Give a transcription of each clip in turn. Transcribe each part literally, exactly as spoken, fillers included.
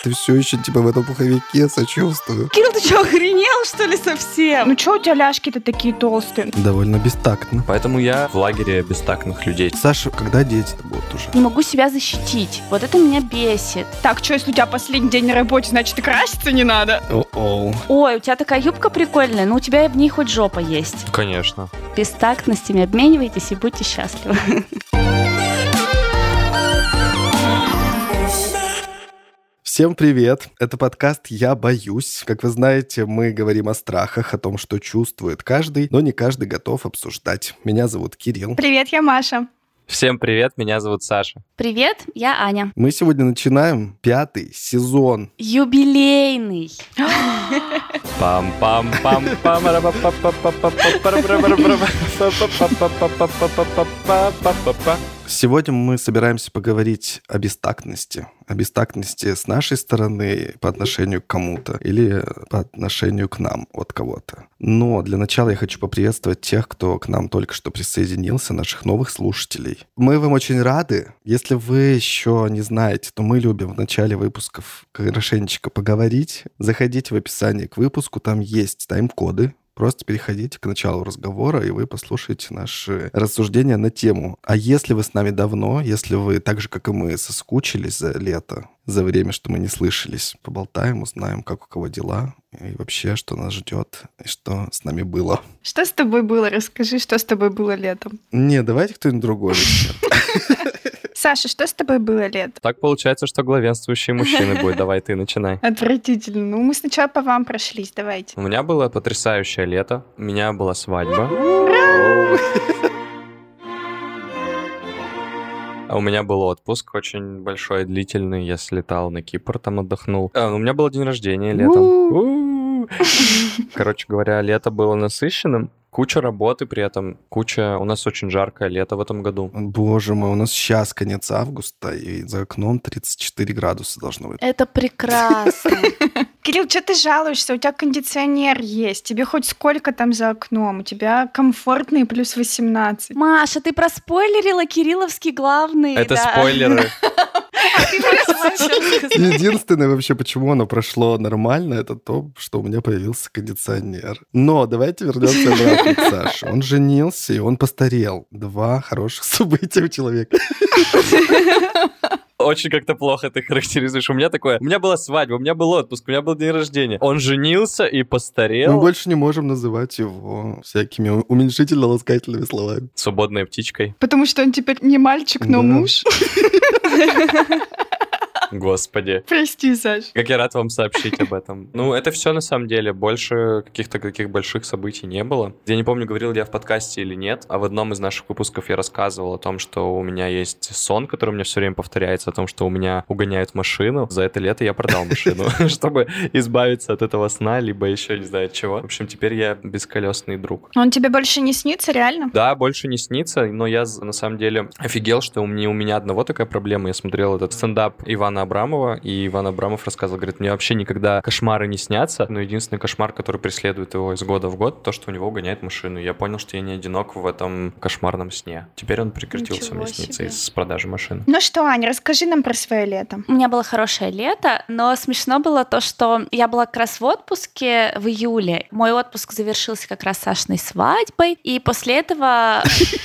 ты все еще типа в этом пуховике, сочувствую. Кирилл, ты что, охренел, что ли, совсем? Ну что у тебя ляжки-то такие толстые? Довольно бестактно. Поэтому я в лагере бестактных людей. Саша, когда дети-то будут уже? Не могу себя защитить. Вот это меня бесит. Так, что, если у тебя последний день на работе, значит, и краситься не надо? О-оу. Ой, у тебя такая юбка прикольная, но у тебя в ней хоть жопа есть. Конечно. Бестактностями обменивайтесь и будьте счастливы. Всем привет! Это подкаст «Я боюсь». Как вы знаете, мы говорим о страхах, о том, что чувствует каждый, но не каждый готов обсуждать. Меня зовут Кирилл. Привет, я Маша. Всем привет, меня зовут Саша. Привет, я Аня. Мы сегодня начинаем пятый сезон. Юбилейный. Сегодня мы собираемся поговорить о бестактности. О бестактности с нашей стороны по отношению к кому-то или по отношению к нам от кого-то. Но для начала я хочу поприветствовать тех, кто к нам только что присоединился, наших новых слушателей. Мы вам очень рады. Если вы еще не знаете, то мы любим в начале выпусков хорошенечко поговорить. Заходите в описание к выпуску, там есть тайм-коды. Просто переходите к началу разговора, и вы послушаете наши рассуждения на тему. А если вы с нами давно, если вы так же, как и мы, соскучились за лето, за время, что мы не слышались, поболтаем, узнаем, как у кого дела, и вообще, что нас ждет, и что с нами было. Что с тобой было? Расскажи, что с тобой было летом. Не, давайте кто-нибудь другой начнет. Саша, что с тобой было летом? Так получается, что главенствующий мужчина будет. Давай ты начинай. Отвратительно. Ну, мы сначала по вам прошлись, давайте. У меня было потрясающее лето. У меня была свадьба. А у меня был отпуск очень большой, длительный. Я слетал на Кипр, там отдохнул. А, у меня был день рождения летом. Короче говоря, лето было насыщенным. Куча работы при этом, куча... У нас очень жаркое лето в этом году. Боже мой, у нас сейчас конец августа, и за окном тридцать четыре градуса должно быть. Это прекрасно. Кирилл, что ты жалуешься? У тебя кондиционер есть. Тебе хоть сколько там за окном? У тебя комфортные плюс восемнадцать. Маша, ты проспойлерила кирилловский главный. Это да. спойлеры. Единственное вообще, почему оно прошло нормально, это то, что у меня появился кондиционер. Но давайте вернемся обратно к Саше. Он женился, и он постарел. Два хороших события у человека. Очень как-то плохо ты характеризуешь. У меня такое... У меня была свадьба, у меня был отпуск, у меня был день рождения. Он женился и постарел. Мы больше не можем называть его всякими уменьшительно-ласкательными словами. Свободной птичкой. Потому что он теперь не мальчик, но Да. муж. Господи. Прости, Саш. Как я рад вам сообщить об этом. Ну, это все на самом деле. Больше каких-то таких больших событий не было. Я не помню, говорил ли я в подкасте или нет, а в одном из наших выпусков я рассказывал о том, что у меня есть сон, который у меня все время повторяется, о том, что у меня угоняют машину. За это лето я продал машину, чтобы избавиться от этого сна, либо еще не знаю от чего. В общем, теперь я бесколесный друг. Он тебе больше не снится, реально? Да, больше не снится, но я на самом деле офигел, что у меня, у меня одного такая проблема. Я смотрел этот стендап Ивана Абрамова, и Иван Абрамов рассказывал, говорит, мне вообще никогда кошмары не снятся, но единственный кошмар, который преследует его из года в год, то, что у него угоняет машину. Я понял, что я не одинок в этом кошмарном сне. Теперь он прекратился Ничего мне сниться себе. из продажи машины. Ну что, Аня, расскажи нам про свое лето. У меня было хорошее лето, но смешно было то, что я была как раз в отпуске в июле. Мой отпуск завершился как раз Сашиной свадьбой, и после этого...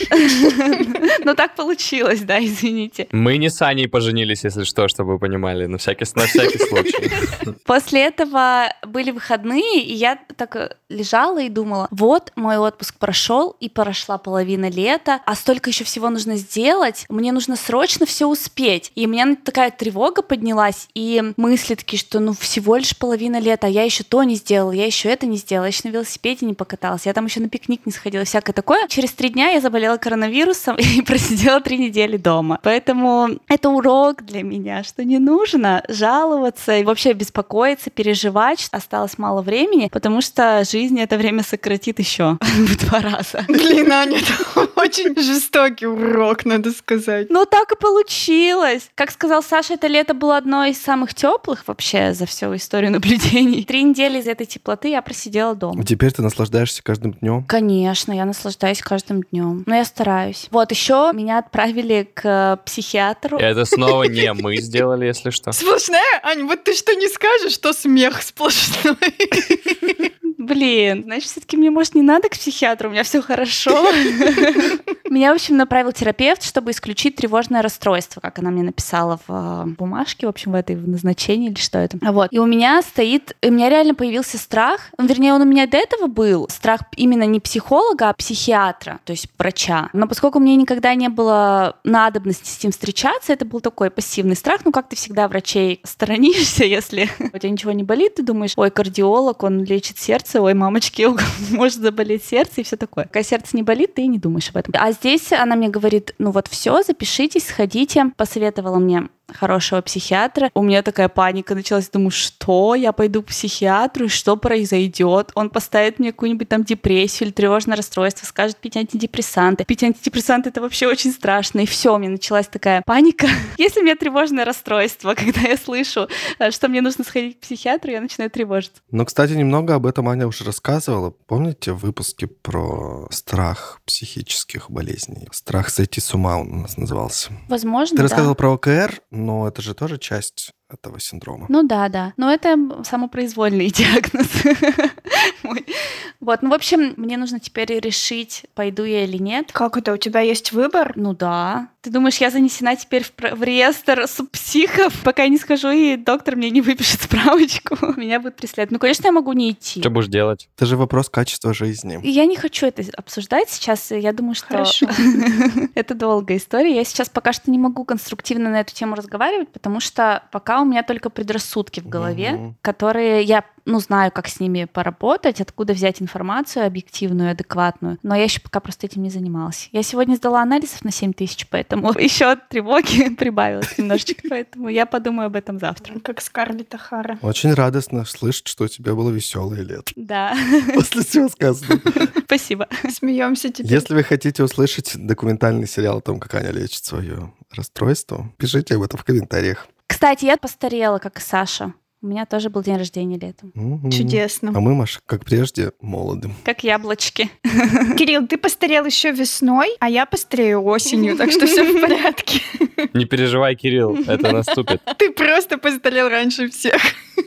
Ну так получилось, да, извините. Мы не с Аней поженились, если что, чтобы вы понимали, на всякий, на всякий случай. После этого были выходные, и я так лежала и думала, вот мой отпуск прошел, и прошла половина лета, а столько еще всего нужно сделать, мне нужно срочно все успеть. И у меня такая тревога поднялась, и мысли такие, что ну всего лишь половина лета, а я еще то не сделала, я еще это не сделала, я еще на велосипеде не покаталась, я там еще на пикник не сходила, всякое такое. Через три дня я заболела коронавирусом и просидела три недели дома. Поэтому это урок для меня, что не нужно жаловаться и вообще беспокоиться, переживать, что осталось мало времени, потому что жизнь это время сократит еще в два раза. Блин, Аня, это очень жестокий урок, надо сказать. Ну так и получилось. Как сказал Саша, это лето было одно из самых теплых вообще за всю историю наблюдений. Три недели из этой теплоты я просидела дома. Теперь ты наслаждаешься каждым днем? Конечно, я наслаждаюсь каждым днем. Но я стараюсь. Вот еще меня отправили к психиатру. Это снова не мы сделали сделали, если что. Сплошная? Ань, вот ты что не скажешь, что смех сплошной. Блин, значит, все-таки мне, может, не надо к психиатру, у меня все хорошо. Меня, в общем, направил терапевт, чтобы исключить тревожное расстройство, как она мне написала в бумажке, в общем, в этой в назначении или что это. Вот. И у меня стоит, у меня реально появился страх, вернее, он у меня до этого был, страх именно не психолога, а психиатра, то есть врача. Но поскольку мне никогда не было надобности с ним встречаться, это был такой пассивный страх, ну, как ты всегда врачей сторонишься, если у тебя ничего не болит, ты думаешь, ой, кардиолог, он лечит сердце, ой, мамочки, может заболеть сердце и все такое. Когда сердце не болит, ты и не думаешь об этом. А здесь она мне говорит, ну вот все, запишитесь, сходите. Посоветовала мне хорошего психиатра. У меня такая паника началась. Думаю, что? Я пойду к психиатру, и что произойдет? Он поставит мне какую-нибудь там депрессию или тревожное расстройство, скажет пить антидепрессанты. Пить антидепрессанты — это вообще очень страшно. И все, у меня началась такая паника. Если у меня тревожное расстройство, когда я слышу, что мне нужно сходить к психиатру, я начинаю тревожиться. Ну, кстати, немного об этом Аня уже рассказывала. Помните в выпуске про страх психических болезней? Страх сойти с ума он у нас назывался. Возможно, Ты да. рассказывала про ОКР, но это же тоже часть этого синдрома. Ну да, да. Но это самопроизвольный диагноз мой. Вот, ну, в общем, мне нужно теперь решить, пойду я или нет. Как это? У тебя есть выбор? Ну да. Ты думаешь, я занесена теперь в, про- в реестр субпсихов, пока я не схожу, и доктор мне не выпишет справочку? Меня будут преследовать. Ну, конечно, я могу не идти. Что будешь делать? Это же вопрос качества жизни. И я не хочу это обсуждать сейчас. Я думаю, что Хорошо. это долгая история. Я сейчас пока что не могу конструктивно на эту тему разговаривать, потому что пока у меня только предрассудки в голове, Мгм. которые я, ну, знаю, как с ними поработать, откуда взять информацию объективную, адекватную. Но я еще пока просто этим не занималась. Я сегодня сдала анализов на семь тысяч, поэтому еще тревоги прибавилось немножечко, поэтому я подумаю об этом завтра. Как Скарлетт О'Хара. Очень радостно слышать, что у тебя было веселое лето. Да, После всего сказанного. спасибо. Смеемся теперь. Если вы хотите услышать документальный сериал о том, как Аня лечит свое расстройство, пишите об этом в комментариях. Кстати, я постарела, как и Саша. У меня тоже был день рождения летом. Мгм. Чудесно. А мы, Маша, как прежде, молоды. Как яблочки. Кирилл, ты постарел еще весной, а я постарею осенью, так что все в порядке. Не переживай, Кирилл, это наступит. Ты просто постарел раньше всех.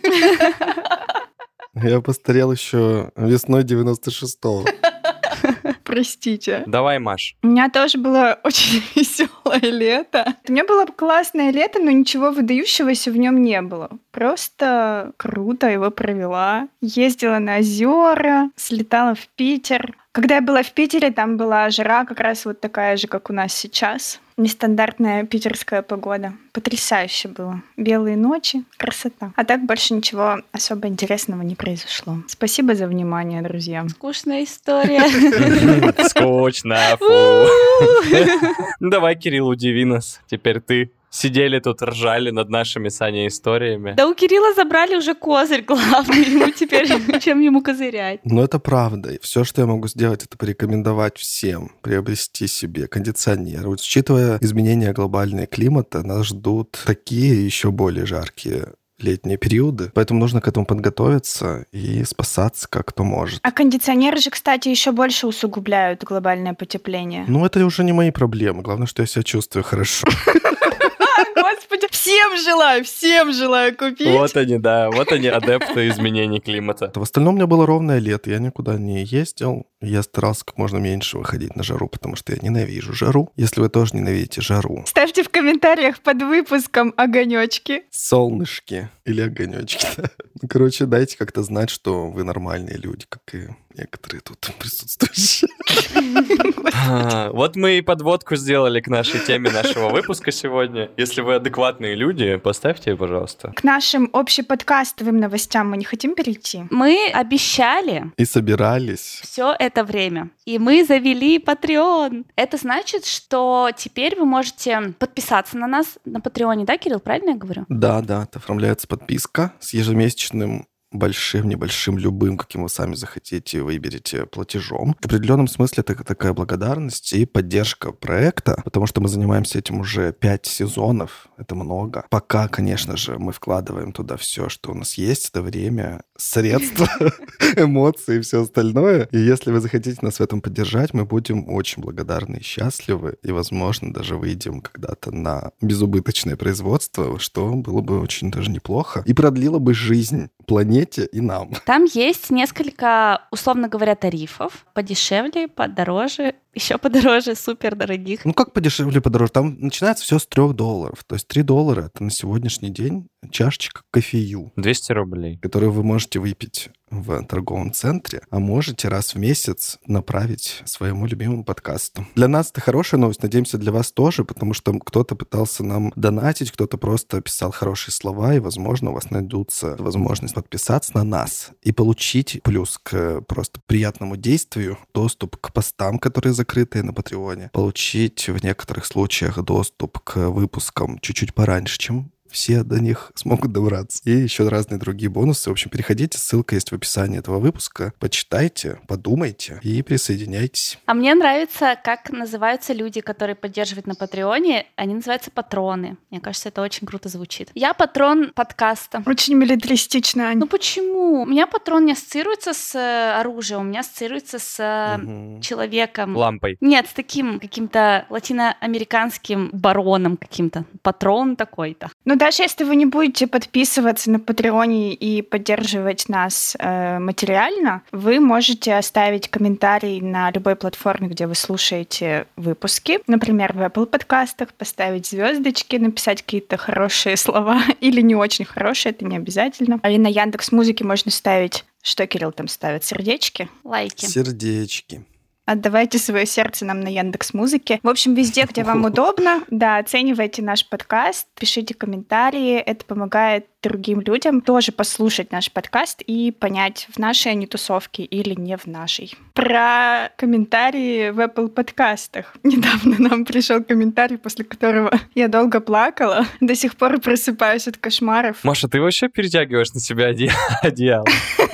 Я постарел еще весной девяносто шестого. Простите. Давай, Маш. У меня тоже было очень веселое лето. У меня было классное лето, но ничего выдающегося в нем не было. Просто круто его провела. Ездила на озера, слетала в Питер. Когда я была в Питере, там была жара как раз вот такая же, как у нас сейчас. Нестандартная питерская погода. Потрясающе было. Белые ночи, красота. А так больше ничего особо интересного не произошло. Спасибо за внимание, друзья. Скучная история. Скучно, фу. Ну, давай, Кирилл, удиви нас. Теперь ты. Сидели тут, ржали над нашими с Аней историями. Да у Кирилла забрали уже козырь главный. Ему теперь чем ему козырять? Но это правда. И все, что я могу сделать, это порекомендовать всем приобрести себе кондиционер. Вот, учитывая изменения глобального климата, нас ждут такие еще более жаркие летние периоды, поэтому нужно к этому подготовиться и спасаться как кто может. А кондиционеры же, кстати, еще больше усугубляют глобальное потепление. Ну, это уже не мои проблемы. Главное, что я себя чувствую хорошо. Господи, всем желаю, всем желаю купить. Вот они, да, вот они, адепты изменений климата. В остальном у меня было ровное лето. Я никуда не ездил. Я старался как можно меньше выходить на жару, потому что я ненавижу жару. Если вы тоже ненавидите жару, Ставьте в комментариях под выпуском огонечки. солнышки или огонечки. Ну, короче, дайте как-то знать, что вы нормальные люди, как и некоторые тут присутствующие. А, Вот мы и подводку сделали к нашей теме нашего выпуска сегодня. Если вы адекватные люди, поставьте, пожалуйста. К нашим общеподкастовым новостям мы не хотим перейти? Мы обещали И собирались. все это время. И мы завели Patreon. Это значит, что теперь вы можете подписаться на нас на Патреоне, да, Кирилл? Правильно я говорю? Да, да, это оформляется подписка с ежемесячным большим, небольшим, любым, каким вы сами захотите, выберете платежом. В определенном смысле это такая благодарность и поддержка проекта, потому что мы занимаемся этим уже пять сезонов, это много. Пока, конечно же, мы вкладываем туда все, что у нас есть, это время средства, эмоции и все остальное. И если вы захотите нас в этом поддержать, мы будем очень благодарны и счастливы. И, возможно, даже выйдем когда-то на безубыточное производство, что было бы очень даже неплохо. И продлило бы жизнь планете и нам. Там есть несколько, условно говоря, тарифов. Подешевле, подороже, еще подороже, супер дорогих. Ну как подешевле, подороже? Там начинается все с трех долларов. То есть три доллара — это на сегодняшний день чашечка кофею. двести рублей. Которую вы можете выпить в торговом центре, а можете раз в месяц направить своему любимому подкасту. Для нас это хорошая новость, надеемся, для вас тоже, потому что кто-то пытался нам донатить, кто-то просто писал хорошие слова, и, возможно, у вас найдутся возможность подписаться на нас и получить плюс к просто приятному действию доступ к постам, которые закрытые на Патреоне, получить в некоторых случаях доступ к выпускам чуть-чуть пораньше, чем все до них смогут добраться. И еще разные другие бонусы. В общем, переходите, ссылка есть в описании этого выпуска. Почитайте, подумайте и присоединяйтесь. А мне нравится, как называются люди, которые поддерживают на Патреоне. Они называются патроны. Мне кажется, это очень круто звучит. Я патрон подкаста. Очень милитаристично, Ань. Ну почему? У меня патрон не ассоциируется с оружием, у меня ассоциируется с угу. человеком. Лампой. Нет, с таким каким-то латиноамериканским бароном каким-то. Патрон такой-то. Ну, даже если вы не будете подписываться на Патреоне и поддерживать нас э, материально, вы можете оставить комментарий на любой платформе, где вы слушаете выпуски. Например, в Apple подкастах, поставить звездочки, написать какие-то хорошие слова или не очень хорошие, это не обязательно. Или на Яндекс.Музыке можно ставить... Что Кирилл там ставит? Сердечки? Лайки. Сердечки. Отдавайте свое сердце нам на Яндекс.Музыке. В общем, везде, где вам удобно, да, оценивайте наш подкаст, пишите комментарии. Это помогает другим людям тоже послушать наш подкаст и понять, в нашей они тусовке или не в нашей. Про комментарии в Apple подкастах. Недавно нам пришел комментарий, после которого я долго плакала. До сих пор просыпаюсь от кошмаров. Маша, ты вообще перетягиваешь на себя одеяло?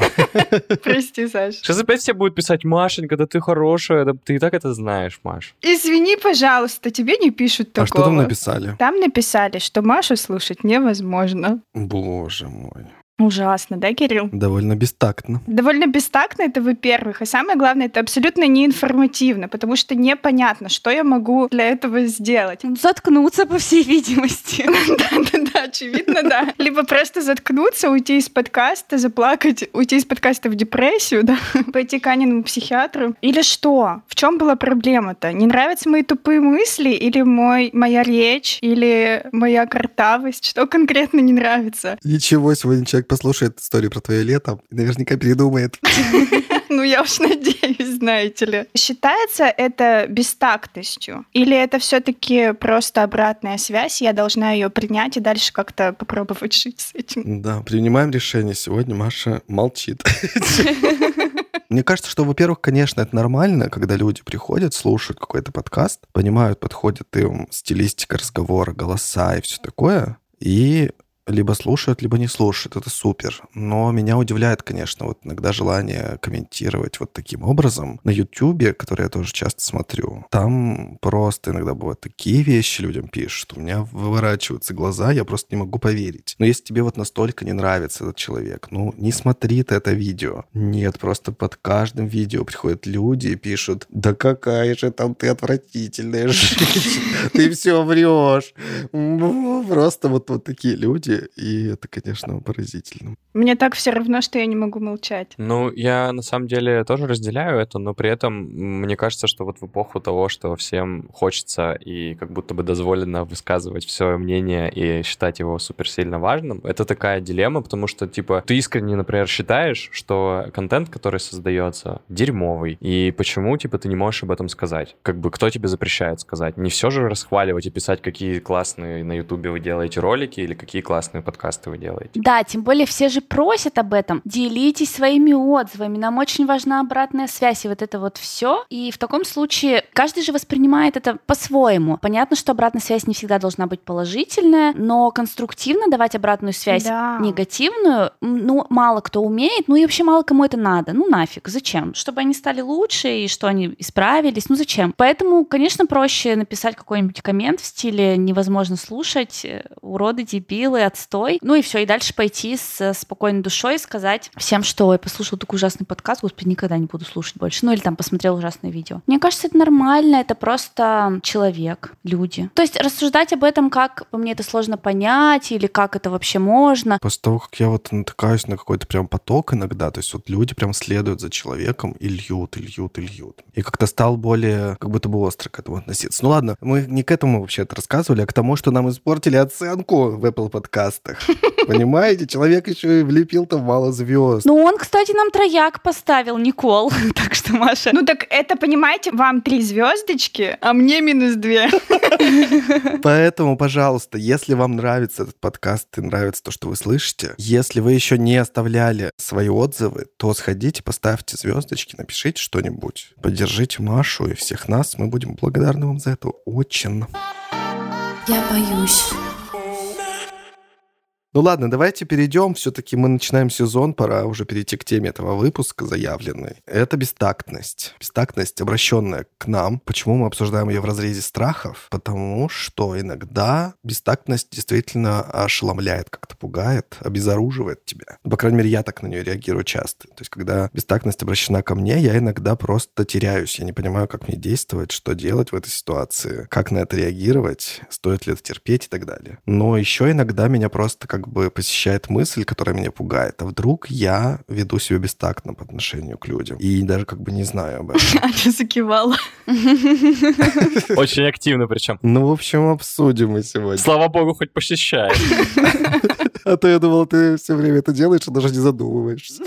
Прости, Саш. Сейчас опять все будут писать: Машенька, да ты хорошая, да ты и так это знаешь, Маш. Извини, пожалуйста, тебе не пишут такого. А что там написали? Там написали, что Машу слушать невозможно. Боже мой. Ужасно, да, Кирилл? Довольно бестактно. Довольно бестактно, это во-первых. И самое главное, это абсолютно неинформативно, потому что непонятно, что я могу для этого сделать. Заткнуться, по всей видимости. Да-да-да, очевидно, да. Либо просто заткнуться, уйти из подкаста, заплакать, уйти из подкаста в депрессию, да, пойти к Аниному психиатру. Или что? В чем была проблема-то? Не нравятся мои тупые мысли или мой, моя речь, или моя картавость? Что конкретно не нравится? Ничего, сегодня человек послушает историю про твое лето и наверняка передумает. Ну, я уж надеюсь, знаете ли. Считается это бестактностью? Или это все-таки просто обратная связь, я должна ее принять и дальше как-то попробовать жить с этим? Да, принимаем решение. Сегодня Маша молчит. Мне кажется, что, во-первых, конечно, это нормально, когда люди приходят, слушают какой-то подкаст, понимают, подходит им стилистика разговора, голоса и все такое, и либо слушают, либо не слушают. Это супер. Но меня удивляет, конечно, вот иногда желание комментировать вот таким образом. На Ютубе, который я тоже часто смотрю, там просто иногда бывают такие вещи людям пишут. У меня выворачиваются глаза, я просто не могу поверить. Но если тебе вот настолько не нравится этот человек, ну, не смотри ты это видео. Нет, просто под каждым видео приходят люди и пишут: да какая же там ты отвратительная женщина, ты все врешь. Просто вот такие люди. И это, конечно, поразительно. Мне так все равно, что я не могу молчать. Ну, я на самом деле тоже разделяю это, но при этом мне кажется, что вот в эпоху того, что всем хочется и как будто бы дозволено высказывать свое мнение и считать его суперсильно важным, это такая дилемма, потому что, типа, ты искренне, например, считаешь, что контент, который создается, дерьмовый, и почему, типа, ты не можешь об этом сказать? Как бы, кто тебе запрещает сказать? Не все же расхваливать и писать, какие классные на Ютубе вы делаете ролики или какие классные подкасты вы делаете. Да, тем более все же просят об этом. Делитесь своими отзывами. Нам очень важна обратная связь и вот это вот все. И в таком случае каждый же воспринимает это по-своему. Понятно, что обратная связь не всегда должна быть положительная, но конструктивно давать обратную связь, да, негативную, ну, мало кто умеет, ну и вообще мало кому это надо. Ну нафиг, зачем? Чтобы они стали лучше и что они исправились, ну зачем? Поэтому, конечно, проще написать какой-нибудь коммент в стиле «невозможно слушать, уроды, дебилы, отстой. Ну и все, и дальше пойти с спокойной душой сказать всем, что ой, послушал такой ужасный подкаст, господи, никогда не буду слушать больше. Ну или там посмотрел ужасное видео. Мне кажется, это нормально, это просто человек, люди. То есть рассуждать об этом, как по мне это сложно понять, или как это вообще можно. После того, как я вот натыкаюсь на какой-то прям поток иногда, то есть вот люди прям следуют за человеком и льют, и льют, и льют. И как-то стал более, как будто бы остро к этому относиться. Ну ладно, мы не к этому вообще-то рассказывали, а к тому, что нам испортили оценку в Apple подкастах. Понимаете? Человек еще и влепил там мало звезд. Ну он, кстати, нам трояк поставил, Никол. Так что, Маша... Ну так это, понимаете, вам три звездочки, а мне минус две. Поэтому, пожалуйста, если вам нравится этот подкаст и нравится то, что вы слышите, если вы еще не оставляли свои отзывы, то сходите, поставьте звездочки, напишите что-нибудь. Поддержите Машу и всех нас. Мы будем благодарны вам за это очень. Я боюсь. Ну ладно, давайте перейдем. Все-таки мы начинаем сезон, пора уже перейти к теме этого выпуска заявленной. Это бестактность. Бестактность, обращенная к нам. Почему мы обсуждаем ее в разрезе страхов? Потому что иногда бестактность действительно ошеломляет, как-то пугает, обезоруживает тебя. По крайней мере, я так на нее реагирую часто. То есть, когда бестактность обращена ко мне, я иногда просто теряюсь. Я не понимаю, как мне действовать, что делать в этой ситуации, как на это реагировать, стоит ли это терпеть и так далее. Но еще иногда меня просто как как бы посещает мысль, которая меня пугает. А вдруг я веду себя бестактно по отношению к людям? И даже как бы не знаю об этом. Аня закивала. Очень активно причем. Ну, в общем, обсудим мы сегодня. Слава богу, хоть посещает. А то я думал, ты все время это делаешь и даже не задумываешься.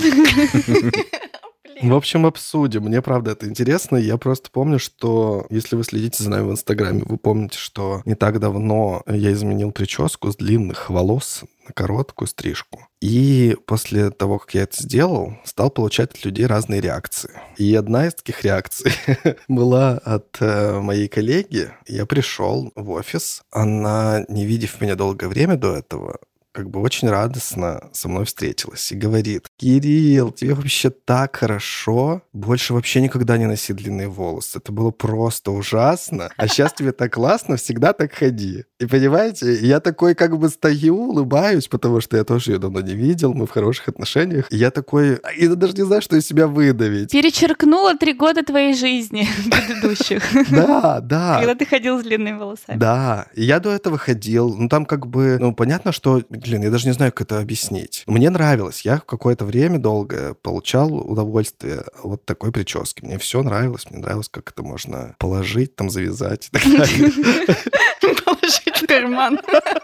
В общем, обсудим. Мне, правда, это интересно. Я просто помню, что если вы следите за нами в Инстаграме, вы помните, что не так давно я изменил прическу с длинных волос на короткую стрижку. И после того, как я это сделал, стал получать от людей разные реакции. И одна из таких реакций была от э, моей коллеги. Я пришел в офис. Она, не видев меня долгое время до этого, как бы очень радостно со мной встретилась и говорит: «Кирилл, тебе вообще так хорошо, больше вообще никогда не носи длинные волосы. Это было просто ужасно, а сейчас тебе так классно, всегда так ходи». И понимаете, я такой как бы стою, улыбаюсь, потому что я тоже ее давно не видел, мы в хороших отношениях. И я такой, и даже не знаю, что из себя выдавить. Перечеркнула три года твоей жизни предыдущих. Да, да. Когда ты ходил с длинными волосами. Да, и я до этого ходил, ну там как бы, ну понятно, что... Блин, я даже не знаю, как это объяснить. Мне нравилось. Я в какое-то время долгое получал удовольствие от такой прически. Мне все нравилось. Мне нравилось, как это можно положить, там, завязать и так далее. Положить в карман.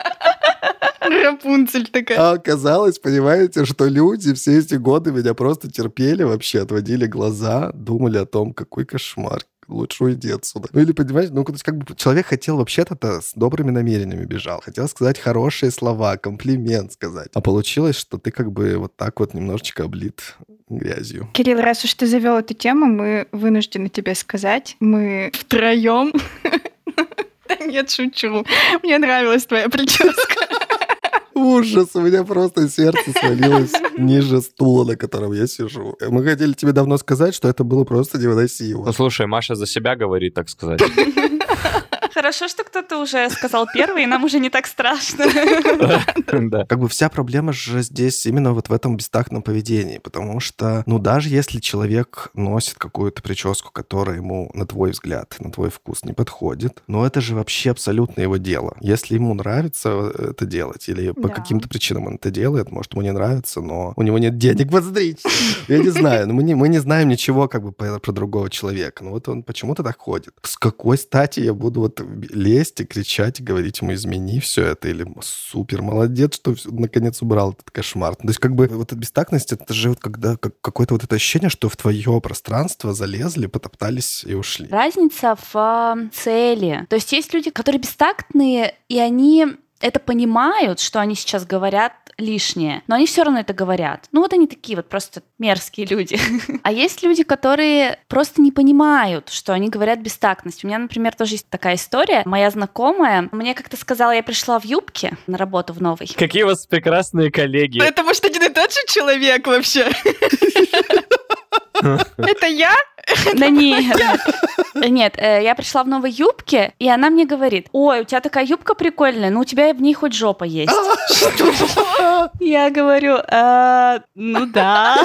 Рапунцель такая. А оказалось, понимаете, что люди все эти годы меня просто терпели вообще, отводили глаза, думали о том, какой кошмар. Лучше уйди отсюда. Ну или, понимаешь, ну как бы человек хотел вообще-то с добрыми намерениями бежал. Хотел сказать хорошие слова, комплимент сказать. А получилось, что ты как бы вот так вот немножечко облит грязью. Кирилл, раз уж ты завел эту тему, мы вынуждены тебе сказать. Мы втроем... Да нет, шучу. Мне нравилась твоя прическа. Ужас, у меня просто сердце свалилось ниже стула, на котором я сижу. Мы хотели тебе давно сказать, что это было просто невыносимо. Ну, слушай, Маша за себя говорит, так сказать. Хорошо, что кто-то уже сказал первый, и нам уже не так страшно. Как бы вся проблема же здесь именно вот в этом бестактном поведении, потому что, ну, даже если человек носит какую-то прическу, которая ему, на твой взгляд, на твой вкус не подходит, но это же вообще абсолютно его дело. Если ему нравится это делать, или по Да. каким-то причинам он это делает, может, ему не нравится, но у него нет денег подстричь. Я не знаю, но мы не, мы не знаем ничего как бы про, про другого человека. Ну вот он почему-то так ходит. С какой стати я буду вот лезть и кричать, и говорить ему: измени все это, или супер, молодец, что наконец убрал этот кошмар. То есть как бы вот эта бестактность, это же вот когда как, какое-то вот это ощущение, что в твое пространство залезли, потоптались и ушли. Разница в э, цели. То есть есть люди, которые бестактные, и они это понимают, что они сейчас говорят лишнее, но они все равно это говорят. Ну вот они такие вот просто мерзкие люди. А есть люди, которые просто не понимают, что они говорят бестактность. У меня, например, тоже есть такая история. Моя знакомая мне как-то сказала, я пришла в юбке на работу в новой. Какие у вас прекрасные коллеги. Это, может, один и тот же человек вообще? Это я? Да нет. Нет, э, я пришла в новой юбке, и она мне говорит: ой, у тебя такая юбка прикольная, но у тебя в ней хоть жопа есть. Я говорю: «Э, ну да.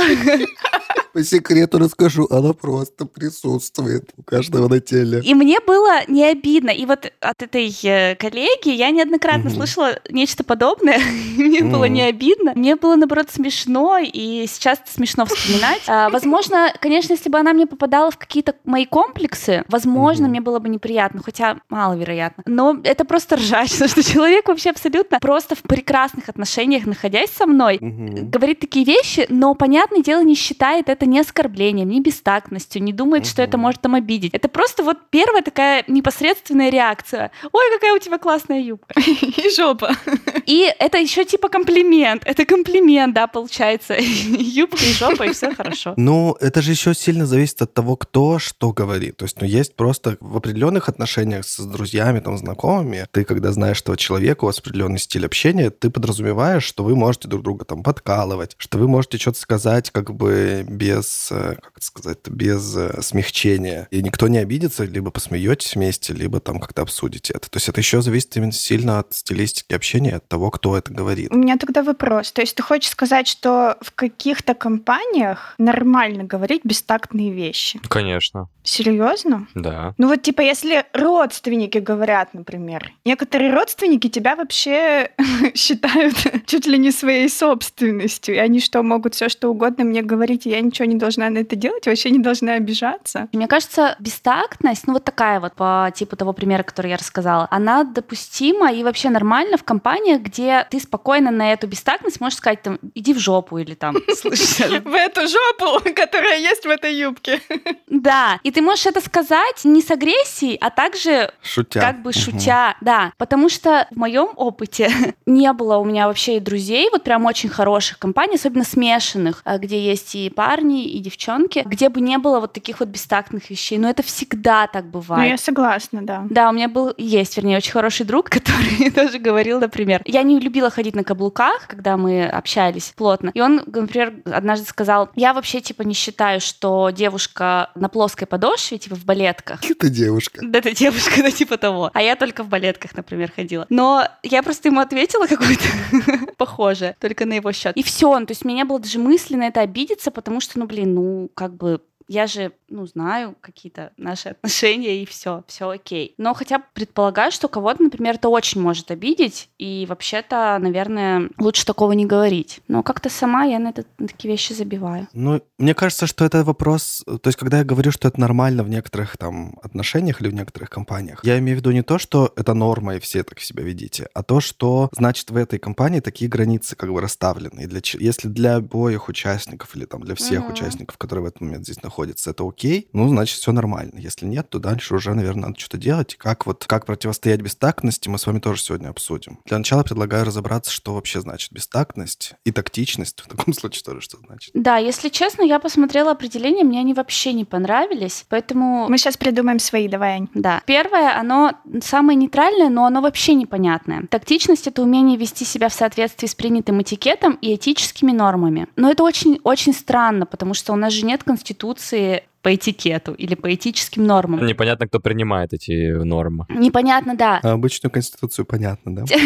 По секрету расскажу, она просто присутствует у каждого на теле. И мне было не обидно. И вот от этой э, коллеги я неоднократно Мгм. слышала нечто подобное. Мне было Мгм. не обидно. Мне было, наоборот, смешно, и сейчас это смешно вспоминать. А, возможно, конечно, если бы она мне попадала в какие-то мои комплексы, возможно, Мгм. мне было бы неприятно, хотя маловероятно. Но это просто ржачно, что человек вообще абсолютно просто в прекрасных отношениях, находясь со мной, Мгм. говорит такие вещи, но, понятное дело, не считает это не оскорблением, не бестактностью, не думает, что это Мгм. может там обидеть. Это просто вот первая такая непосредственная реакция. Ой, какая у тебя классная юбка. И жопа. И это еще типа комплимент. Это комплимент, да, получается. Юбка и жопа, и все хорошо. Ну, это же еще сильно зависит от того, кто что говорит. То есть, ну, есть просто в определенных отношениях с друзьями, там, знакомыми, ты, когда знаешь этого человека, у вас определенный стиль общения, ты подразумеваешь, что вы можете друг друга там подкалывать, что вы можете что-то сказать как бы без, э, как это сказать, без э, смягчения. И никто не обидится, либо посмеетесь вместе, либо там как-то обсудите это. То есть это еще зависит именно сильно от стилистики общения, от того, кто это говорит. У меня тогда вопрос. То есть ты хочешь сказать, что в каких-то компаниях нормально говорить бестактные вещи? Конечно, Серьезно? да. Ну вот типа если родственники говорят, например, некоторые родственники тебя вообще считают чуть ли не своей собственностью, и они что, могут все что угодно мне говорить, и я ничего не должна на это делать, вообще не должна обижаться? Мне кажется, бестактность, ну вот такая вот по типу того примера, который я рассказала, она допустима и вообще нормально в компаниях, где ты спокойно на эту бестактность можешь сказать там: иди в жопу или там, слышишь? В эту жопу, которая есть в этой юбке. Да, и ты можешь это сказать не с агрессией, а также Шутя. как бы Мгм. шутя, да. Потому что в моем опыте не было у меня вообще и друзей, вот прям очень хороших компаний, особенно смешанных, а, где есть и парни, и девчонки, где бы не было вот таких вот бестактных вещей. Но это всегда так Ну, бывает. я согласна, да. Да, у меня был, есть, вернее, очень хороший друг, который тоже говорил, например, я не любила ходить на каблуках, когда мы общались плотно. И он, например, однажды сказал: я вообще, типа, не считаю, что девушка на плоской подошве, типа, в балетках, Это девушка. да, это девушка, да, типа того. А я только в балетках, например, ходила. Но я просто ему ответила какое-то похожее, только на его счет. И все, ну, то есть у меня не было даже мысли на это обидеться, потому что, ну, блин, ну, как бы я же, ну, знаю какие-то наши отношения, и все, все окей. Но хотя бы предполагаю, что кого-то, например, это очень может обидеть, и вообще-то, наверное, лучше такого не говорить. Но как-то сама я на, это, на такие вещи забиваю. Ну, мне кажется, что это вопрос... То есть, когда я говорю, что это нормально в некоторых там отношениях или в некоторых компаниях, я имею в виду не то, что это норма, и все так себя ведите, а то, что, значит, в этой компании такие границы как бы расставлены. И для, ч- если для обоих участников или там для всех Мгм. участников, которые в этот момент здесь находятся, это окей, ну, значит, все нормально. Если нет, то дальше уже, наверное, надо что-то делать. И как вот, как противостоять бестактности, мы с вами тоже сегодня обсудим. Для начала предлагаю разобраться, что вообще значит бестактность и тактичность. В таком случае тоже что значит. Да, если честно, я посмотрела определения, мне они вообще не понравились, поэтому... Мы сейчас придумаем свои, давай, Ань. Да. Первое, оно самое нейтральное, но оно вообще непонятное. Тактичность — это умение вести себя в соответствии с принятым этикетом и этическими нормами. Но это очень-очень странно, потому что у нас же нет конституции по этикету или по этическим нормам. Непонятно, кто принимает эти нормы. Непонятно, да. А обычную конституцию понятно, да?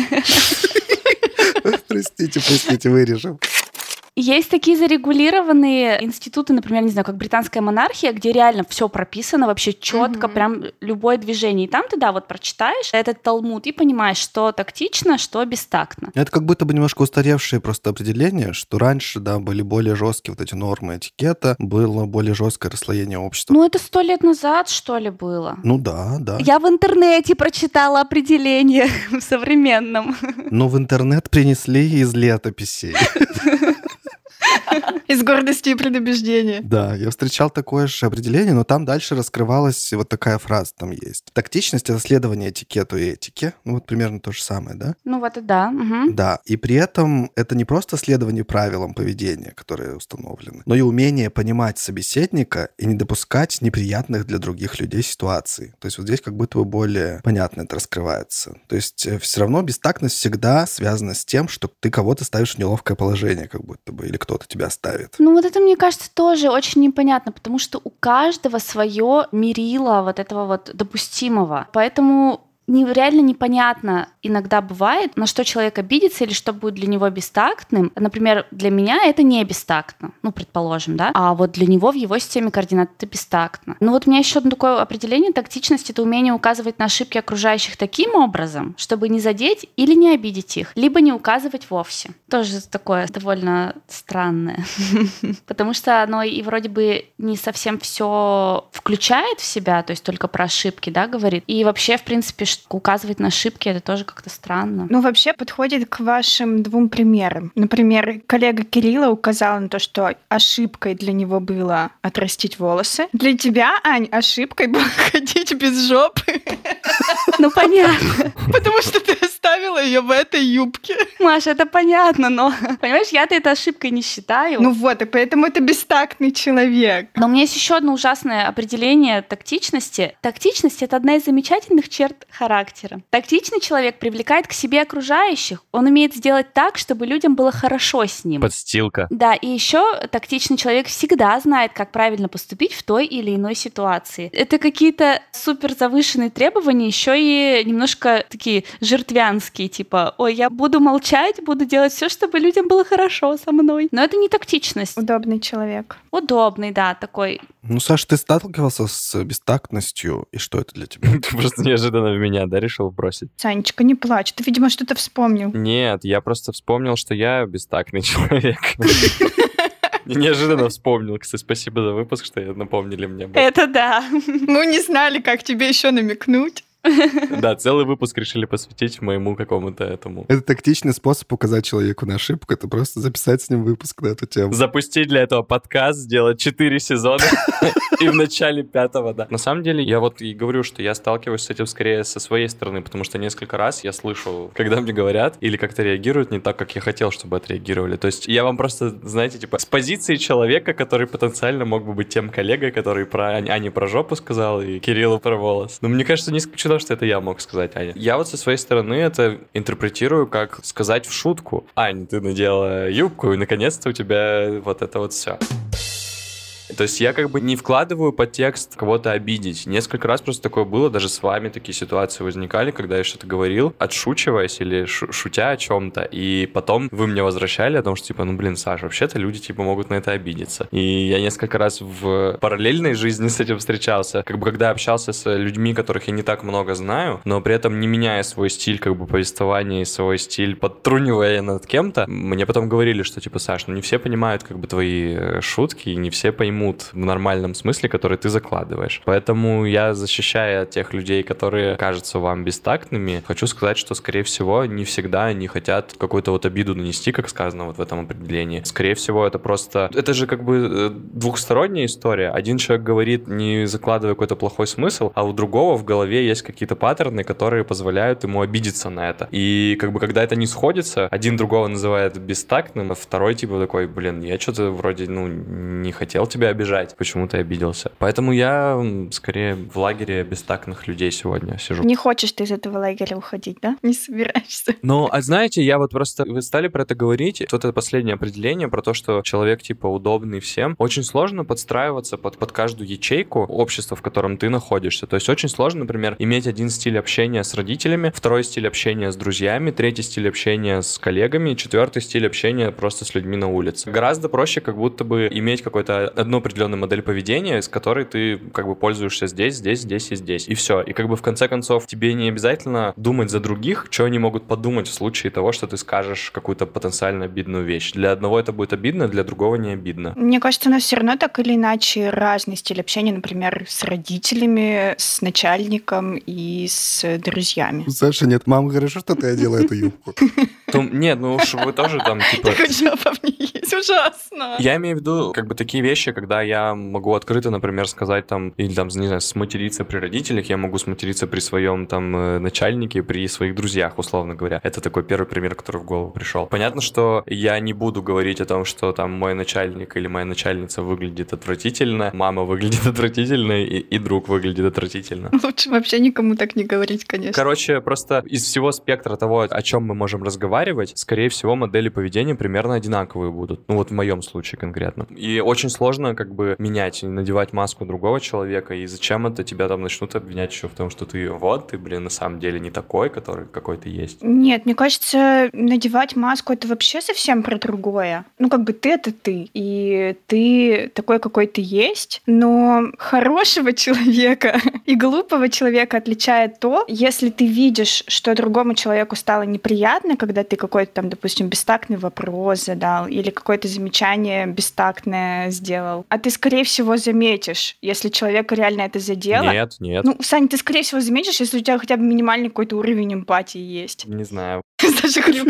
Простите, простите, вырежем. Есть такие зарегулированные институты, например, не знаю, как британская монархия, где реально все прописано вообще четко, Мгм. прям любое движение. И там ты, да, вот прочитаешь этот талмуд и понимаешь, что тактично, что бестактно. Это как будто бы немножко устаревшее просто определение, что раньше, да, были более жесткие вот эти нормы этикета, было более жесткое расслоение общества. Ну, это сто лет назад, что ли, было? Ну да, да. Я в интернете прочитала определение в современном. Но в интернет принесли из летописей. Из гордости и предубеждения. Да, я встречал такое же определение, но там дальше раскрывалась вот такая фраза там есть. Тактичность — это следование этикету и этике. Ну вот примерно то же самое, да? Ну, вот и да. Мгм. Да, и при этом это не просто следование правилам поведения, которые установлены, но и умение понимать собеседника и не допускать неприятных для других людей ситуаций. То есть вот здесь как будто бы более понятно это раскрывается. То есть все равно бестактность всегда связана с тем, что ты кого-то ставишь в неловкое положение, как будто бы, или кто-то кто тебя ставит? Ну вот это, мне кажется, тоже очень непонятно, потому что у каждого свое мерило вот этого вот допустимого. Поэтому не, реально непонятно иногда бывает, на что человек обидится или что будет для него бестактным. Например, для меня это не бестактно, ну, предположим, да, а вот для него в его системе координат это бестактно. Ну вот у меня еще одно такое определение тактичности — это умение указывать на ошибки окружающих таким образом, чтобы не задеть или не обидеть их, либо не указывать вовсе. Тоже такое довольно странное, потому что оно и вроде бы не совсем все включает в себя, то есть только про ошибки, да, говорит, и вообще, в принципе, указывать на ошибки — это тоже как-то странно. Ну, вообще подходит к вашим двум примерам. Например, коллега Кирилла указала на то, что ошибкой для него было отрастить волосы. Для тебя, Ань, ошибкой было ходить без жопы. Ну, понятно. Потому что ты оставила ее в этой юбке. Маша, это понятно, но, понимаешь, я-то это ошибкой не считаю. Ну вот, и поэтому это бестактный человек. Но у меня есть еще одно ужасное определение тактичности. Тактичность — это одна из замечательных черт характера. Тактичный человек привлекает к себе окружающих. Он умеет сделать так, чтобы людям было хорошо с ним. Подстилка. Да, и еще тактичный человек всегда знает, как правильно поступить в той или иной ситуации. Это какие-то супер завышенные требования, еще и немножко такие жертвянские, типа, ой, я буду молчать, буду делать все, чтобы людям было хорошо со мной. Но это не тактичность. Удобный человек. Удобный, да, такой. Ну, Саша, ты сталкивался с бестактностью, и что это для тебя? Ты просто неожиданно в меня, да, решил бросить? Санечка, не плачь, ты, видимо, что-то вспомнил. Нет, я просто вспомнил, что я бестактный человек. Неожиданно вспомнил. Кстати, спасибо за выпуск, что напомнили мне об этом. Это да. Мы не знали, как тебе еще намекнуть. Да, целый выпуск решили посвятить моему какому-то этому. Это тактичный способ указать человеку на ошибку, это просто записать с ним выпуск на эту тему. Запустить для этого подкаст, сделать четыре сезона и в начале пятого, да. На самом деле, я вот и говорю, что я сталкиваюсь с этим скорее со своей стороны, потому что несколько раз я слышу, когда мне говорят или как-то реагируют не так, как я хотел, чтобы отреагировали. То есть я вам просто, знаете, типа, с позиции человека, который потенциально мог бы быть тем коллегой, который про Ане про жопу сказал и Кириллу про волос. Но мне кажется, не исключено, что это я мог сказать, Аня. Я вот со своей стороны это интерпретирую как сказать в шутку: Ань, ты надела юбку, и наконец-то у тебя вот это вот все. То есть я как бы не вкладываю подтекст кого-то обидеть. Несколько раз просто такое было, даже с вами такие ситуации возникали, когда я что-то говорил, отшучиваясь или шу- шутя о чем-то, и потом вы мне возвращали о том, что типа, ну блин, Саша, вообще-то люди типа могут на это обидеться. И я несколько раз в параллельной жизни с этим встречался, как бы когда общался с людьми, которых я не так много знаю, но при этом не меняя свой стиль как бы повествования и свой стиль, подтрунивая над кем-то, мне потом говорили, что типа, Саш, ну не все понимают как бы твои шутки, и не все поймут в нормальном смысле, который ты закладываешь. Поэтому я, защищая тех людей, которые кажутся вам бестактными, хочу сказать, что, скорее всего, не всегда они хотят какую-то вот обиду нанести, как сказано вот в этом определении. Скорее всего, это просто... Это же как бы двухсторонняя история. Один человек говорит, не закладывая какой-то плохой смысл, а у другого в голове есть какие-то паттерны, которые позволяют ему обидеться на это. И как бы когда это не сходится, один другого называет бестактным, а второй типа такой, блин, я что-то вроде, ну, не хотел тебя обижать, почему ты обиделся. Поэтому я скорее в лагере бестактных людей сегодня сижу. Не хочешь ты из этого лагеря уходить, да? Не собираешься. Ну, а знаете, я вот просто... Вы стали про это говорить. Вот это последнее определение про то, что человек, типа, удобный всем. Очень сложно подстраиваться под, под каждую ячейку общества, в котором ты находишься. То есть очень сложно, например, иметь один стиль общения с родителями, второй стиль общения с друзьями, третий стиль общения с коллегами, четвертый стиль общения просто с людьми на улице. Гораздо проще как будто бы иметь какой-то одну определенную модель поведения, с которой ты как бы пользуешься здесь, здесь, здесь и здесь. И все. И как бы в конце концов тебе не обязательно думать за других, что они могут подумать в случае того, что ты скажешь какую-то потенциально обидную вещь. Для одного это будет обидно, для другого не обидно. Мне кажется, у нас все равно так или иначе разный стиль общения, например, с родителями, с начальником и с друзьями. Саша, нет, мама, хорошо, что ты одела эту юбку. Нет, ну уж вы тоже там типа... Так жопа в ней есть, ужасно. Я имею в виду как бы такие вещи, когда я могу открыто, например, сказать там, или там, не знаю, сматериться при родителях, я могу сматериться при своем там начальнике, при своих друзьях, условно говоря. Это такой первый пример, который в голову пришел. Понятно, что я не буду говорить о том, что там мой начальник или моя начальница выглядит отвратительно, мама выглядит отвратительно и, и друг выглядит отвратительно. Лучше вообще никому так не говорить, конечно. Короче, просто из всего спектра того, о чем мы можем разговаривать, скорее всего, модели поведения примерно одинаковые будут. Ну вот моем случае конкретно. И очень сложно как бы менять, надевать маску другого человека, и зачем это тебя там начнут обвинять еще в том, что ты вот, ты, блин, на самом деле не такой, который какой ты есть. Нет, мне кажется, надевать маску — это вообще совсем про другое. Ну, как бы ты — это ты, и ты такой, какой ты есть, но хорошего человека и глупого человека отличает то, если ты видишь, что другому человеку стало неприятно, когда ты какой-то там, допустим, бестактный вопрос задал или какое-то замечание бестактное сделал, а ты, скорее всего, заметишь, если человека реально это задело. Нет, нет. Ну, Саня, ты, скорее всего, заметишь, если у тебя хотя бы минимальный какой-то уровень эмпатии есть. Не знаю. Саша Хрюк.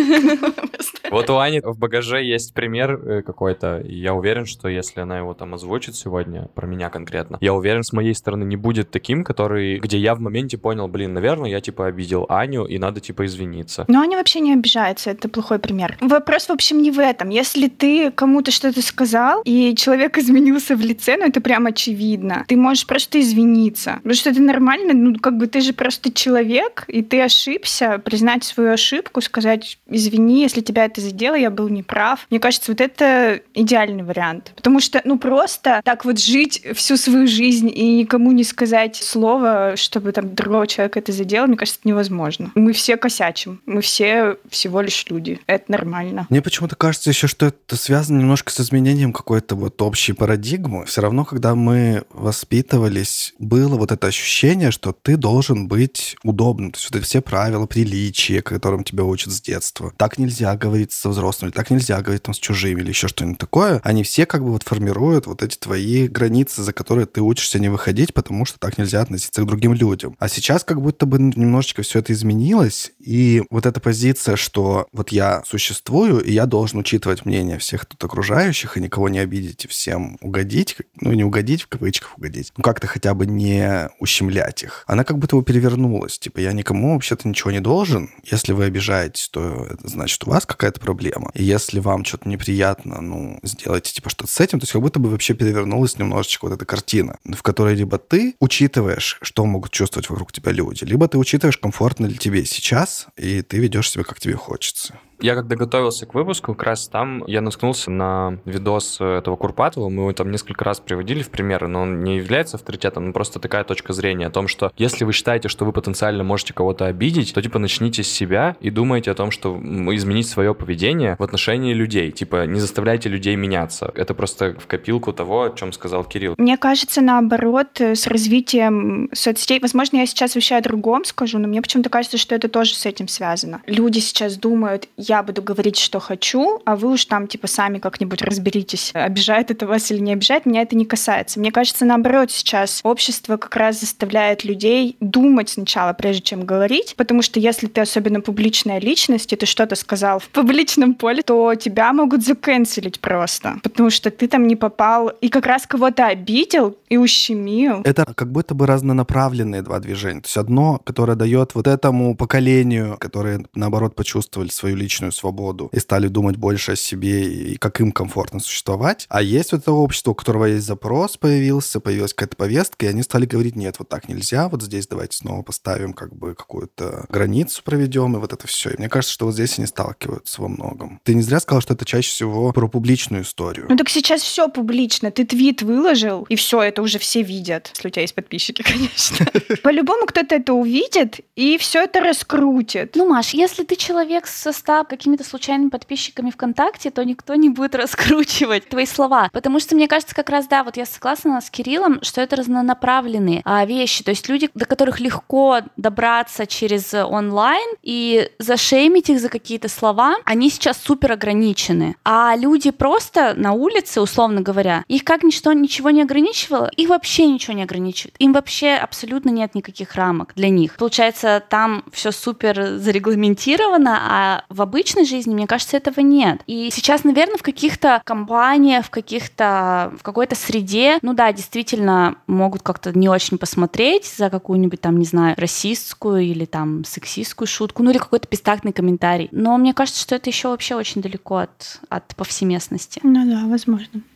Вот у Ани в багаже есть пример какой-то, и я уверен, что если она его там озвучит сегодня, про меня конкретно, я уверен, с моей стороны не будет таким, который, где я в моменте понял, блин, наверное, я типа обидел Аню, и надо типа извиниться. Но Аня вообще не обижается, это плохой пример. Вопрос, в общем, не в этом. Если ты кому-то что-то сказал, и человек изменился в лице, ну это прям очевидно, ты можешь просто извиниться. Потому что это нормально, ну как бы ты же просто человек, и ты ошибся, признать свою ошибку, сказать, извини, если тебя это задело, я был неправ. Мне кажется, вот это идеальный вариант. Потому что, ну, просто так вот жить всю свою жизнь и никому не сказать слово, чтобы там другого человека это задело, мне кажется, это невозможно. Мы все косячим. Мы все всего лишь люди. Это нормально. Мне почему-то кажется еще, что это связано немножко с изменением какой-то вот общей парадигмы. Все равно, когда мы воспитывались, было вот это ощущение, что ты должен быть удобным. То есть вот все правила приличия, которым тебя учат с детства. Так нельзя говорить со взрослыми, так нельзя говорить там с чужими или еще что-нибудь такое. Они все как бы вот формируют вот эти твои границы, за которые ты учишься не выходить, потому что так нельзя относиться к другим людям. А сейчас как будто бы немножечко все это изменилось, и вот эта позиция, что вот я существую, и я должен учитывать мнение всех тут окружающих, и никого не обидеть, и всем угодить, ну не угодить, в кавычках угодить, ну как-то хотя бы не ущемлять их. Она как будто бы перевернулась. Типа я никому вообще-то ничего не должен. Если вы обижаетесь, то это значит, у вас какая-то проблема. И если вам что-то неприятно, ну, сделайте типа что-то с этим, то есть как будто бы вообще перевернулась немножечко вот эта картина, в которой либо ты учитываешь, что могут чувствовать вокруг тебя люди, либо ты учитываешь, комфортно ли тебе сейчас, и ты ведешь себя, как тебе хочется. Я когда готовился к выпуску, как раз там я наткнулся на видос этого Курпатова, мы его там несколько раз приводили в примеры, но он не является авторитетом, но просто такая точка зрения о том, что если вы считаете, что вы потенциально можете кого-то обидеть, то типа начните с себя и думайте о том, что изменить свое поведение в отношении людей, типа не заставляйте людей меняться. Это просто в копилку того, о чем сказал Кирилл. Мне кажется, наоборот, с развитием соцсетей, возможно, я сейчас вообще о другом скажу, но мне почему-то кажется, что это тоже с этим связано. Люди сейчас думают, я буду говорить, что хочу, а вы уж там типа сами как-нибудь разберитесь, обижает это вас или не обижает, меня это не касается. Мне кажется, наоборот, сейчас общество как раз заставляет людей думать сначала, прежде чем говорить, потому что если ты особенно публичная личность, и ты что-то сказал в публичном поле, то тебя могут закэнселить просто, потому что ты там не попал и как раз кого-то обидел и ущемил. Это как будто бы разнонаправленные два движения. То есть одно, которое дает вот этому поколению, которые, наоборот, почувствовали свою личную свободу и стали думать больше о себе и как им комфортно существовать. А есть вот это общество, у которого есть запрос появился, появилась какая-то повестка, и они стали говорить, нет, вот так нельзя, вот здесь давайте снова поставим как бы какую-то границу проведем, и вот это все. И мне кажется, что вот здесь они сталкиваются во многом. Ты не зря сказал, что это чаще всего про публичную историю. Ну так сейчас все публично. Ты твит выложил, и все, это уже все видят. Если у тебя есть подписчики, конечно. По-любому кто-то это увидит, и все это раскрутит. Ну, Маш, если ты человек со ста какими-то случайными подписчиками ВКонтакте, то никто не будет раскручивать твои слова. Потому что, мне кажется, как раз, да, вот я согласна с Кириллом, что это разнонаправленные а, вещи. То есть люди, до которых легко добраться через онлайн и зашеймить их за какие-то слова, они сейчас супер ограничены. А люди просто на улице, условно говоря, их как ничто, ничего не ограничивало, их вообще ничего не ограничивает. Им вообще абсолютно нет никаких рамок для них. Получается, там все супер зарегламентировано, а в обычной жизни, мне кажется, этого нет. И сейчас, наверное, в каких-то компаниях, в каких-то, в какой-то среде, ну да, действительно могут как-то не очень посмотреть за какую-нибудь там, не знаю, расистскую или там сексистскую шутку, ну или какой-то бестактный комментарий. Но мне кажется, что это еще вообще очень далеко от, от повсеместности. Ну да, возможно.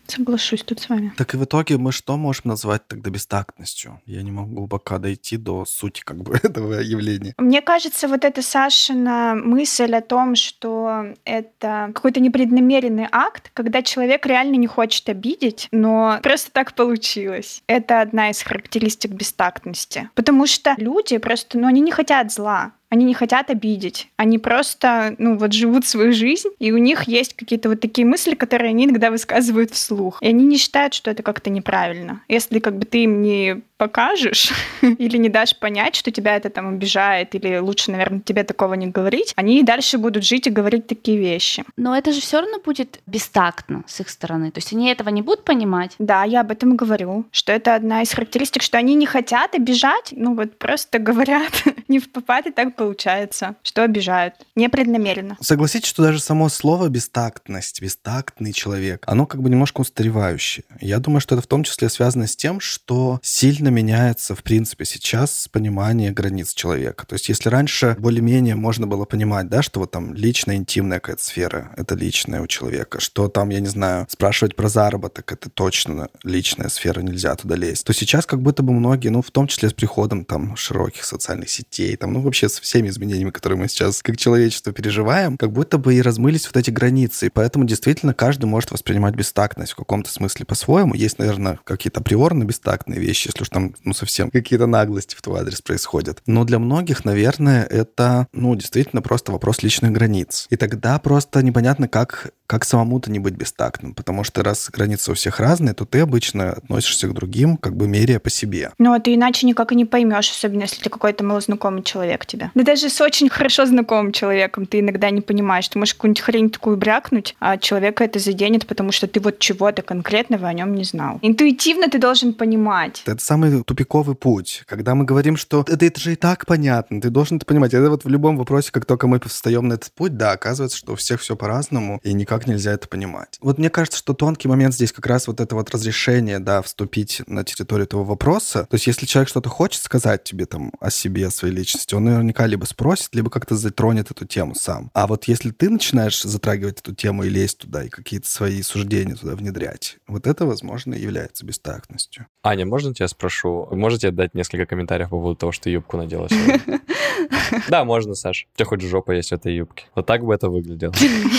Соглашусь тут с вами. Так и в итоге мы что можем назвать тогда бестактностью? Я не могу пока дойти до сути как бы этого явления. Мне кажется, вот эта Сашина мысль о том, что это какой-то непреднамеренный акт, когда человек реально не хочет обидеть, но просто так получилось. Это одна из характеристик бестактности. Потому что люди просто, ну, они не хотят зла. Они не хотят обидеть. Они просто, ну, вот живут свою жизнь, и у них есть какие-то вот такие мысли, которые они иногда высказывают вслух. И они не считают, что это как-то неправильно. Если как бы ты им не покажешь или не дашь понять, что тебя это там обижает, или лучше, наверное, тебе такого не говорить, они и дальше будут жить и говорить такие вещи. Но это же все равно будет бестактно с их стороны. То есть они этого не будут понимать. Да, я об этом и говорю, что это одна из характеристик, что они не хотят обижать, ну вот просто говорят не впопад, и так получается, что обижают. Непреднамеренно. Согласитесь, что даже само слово «бестактность», «бестактный человек», оно как бы немножко устаревающее. Я думаю, что это в том числе связано с тем, что сильно меняется, в принципе, сейчас понимание границ человека. То есть если раньше более-менее можно было понимать, да, что вот там личная, интимная какая-то сфера, это личная у человека, что там, я не знаю, спрашивать про заработок, это точно личная сфера, нельзя туда лезть, то сейчас как будто бы многие, ну, в том числе с приходом там широких социальных сетей, там, ну, вообще со всеми изменениями, которые мы сейчас как человечество переживаем, как будто бы и размылись вот эти границы. И поэтому действительно каждый может воспринимать бестактность в каком-то смысле по-своему. Есть, наверное, какие-то априорно бестактные вещи, если уж там, ну, совсем какие-то наглости в твой адрес происходят. Но для многих, наверное, это, ну, действительно просто вопрос личных границ. И тогда просто непонятно, как, как самому-то не быть бестактным. Потому что раз границы у всех разные, то ты обычно относишься к другим, как бы меряя по себе. Ну, а ты иначе никак и не поймешь, особенно если ты какой-то малознакомый человек тебе. Да даже с очень хорошо знакомым человеком ты иногда не понимаешь. Ты можешь какую-нибудь хрень такую брякнуть, а человека это заденет, потому что ты вот чего-то конкретного о нем не знал. Интуитивно ты должен понимать. Это самый тупиковый путь. Когда мы говорим, что это, это же и так понятно, ты должен это понимать. Это вот в любом вопросе, как только мы встаем на этот путь, да, оказывается, что у всех все по-разному, и никак нельзя это понимать. Вот мне кажется, что тонкий момент здесь как раз вот это вот разрешение, да, вступить на территорию этого вопроса. То есть если человек что-то хочет сказать тебе там о себе, о своей личности, он наверняка либо спросит, либо как-то затронет эту тему сам. А вот если ты начинаешь затрагивать эту тему и лезть туда, и какие-то свои суждения туда внедрять, вот это, возможно, и является бестактностью. Аня, можно тебя спрошу? Можете дать несколько комментариев по поводу того, что ты юбку надела сегодня? Да, можно, Саш. У тебя хоть жопа есть в этой юбке. Вот так бы это выглядело.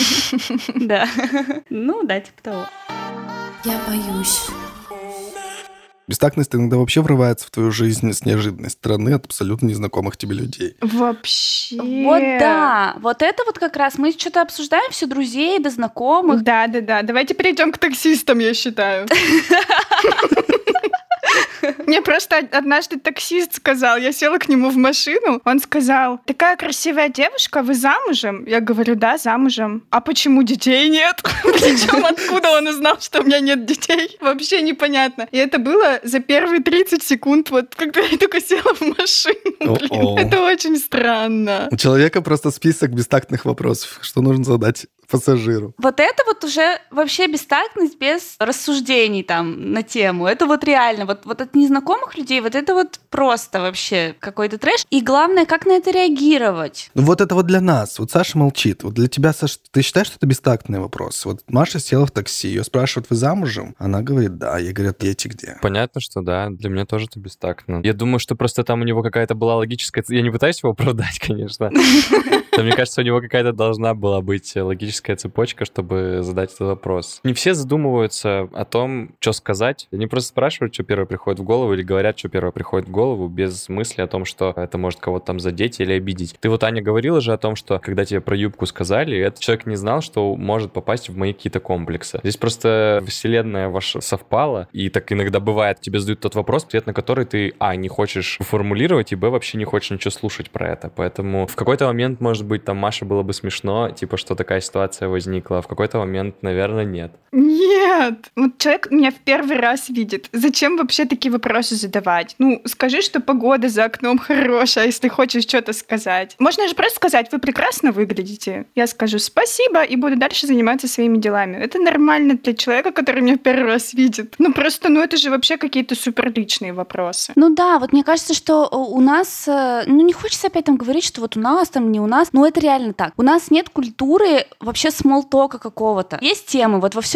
Да. Ну, да, типа того. Я боюсь. Бестактность иногда вообще врывается в твою жизнь с неожиданной стороны от абсолютно незнакомых тебе людей. Вообще. Вот да, вот это вот как раз мы что-то обсуждаем, все друзей, до знакомых. Да, да, да. Давайте перейдем к таксистам, я считаю. Мне просто однажды таксист сказал, я села к нему в машину, он сказал: такая красивая девушка, вы замужем? Я говорю: да, замужем. А почему детей нет? Причем откуда он узнал, что у меня нет детей? Вообще непонятно. И это было за первые тридцать секунд, вот когда я только села в машину. Блин, это очень странно. У человека просто список бестактных вопросов, что нужно задать пассажиру. Вот это вот уже вообще бестактность без рассуждений там на тему. Это вот реально, вот, вот от незнакомых людей, вот это вот просто вообще какой-то трэш. И главное, как на это реагировать. Ну вот это вот для нас. Вот Саша молчит. Вот для тебя, Саша, ты считаешь, что это бестактный вопрос? Вот Маша села в такси, ее спрашивают: вы замужем? Она говорит: да. Ей говорят: дети где? Понятно, что да. Для меня тоже это бестактно. Я думаю, что просто там у него какая-то была логическая... Я не пытаюсь его оправдать, конечно. Но мне кажется, у него какая-то должна была быть логическая цепочка, чтобы задать этот вопрос. Не все задумываются о том, что сказать. Они просто спрашивают, что первое приходит в голову, или говорят, что первое приходит в голову, без мысли о том, что это может кого-то там задеть или обидеть. Ты вот, Аня, говорила же о том, что когда тебе про юбку сказали, этот человек не знал, что может попасть в мои какие-то комплексы. Здесь просто вселенная ваша совпала, и так иногда бывает, тебе задают тот вопрос, ответ на который ты, а, не хочешь формулировать, и, б, вообще не хочешь ничего слушать про это. Поэтому в какой-то момент, может быть, там Маше было бы смешно, типа, что такая ситуация возникла, а в какой-то момент, наверное, нет. Нет. Вот человек меня в первый раз видит. Зачем вообще такие вопросы задавать? Ну, скажи, что погода за окном хорошая, если хочешь что-то сказать. Можно же просто сказать: вы прекрасно выглядите. Я скажу спасибо и буду дальше заниматься своими делами. Это нормально для человека, который меня в первый раз видит. Ну, просто, ну, это же вообще какие-то суперличные вопросы. Ну да, вот мне кажется, что у нас, ну, не хочется опять там говорить, что вот у нас там, не у нас, но это реально так. У нас нет культуры вообще смолтока какого-то. Есть темы, вот во всем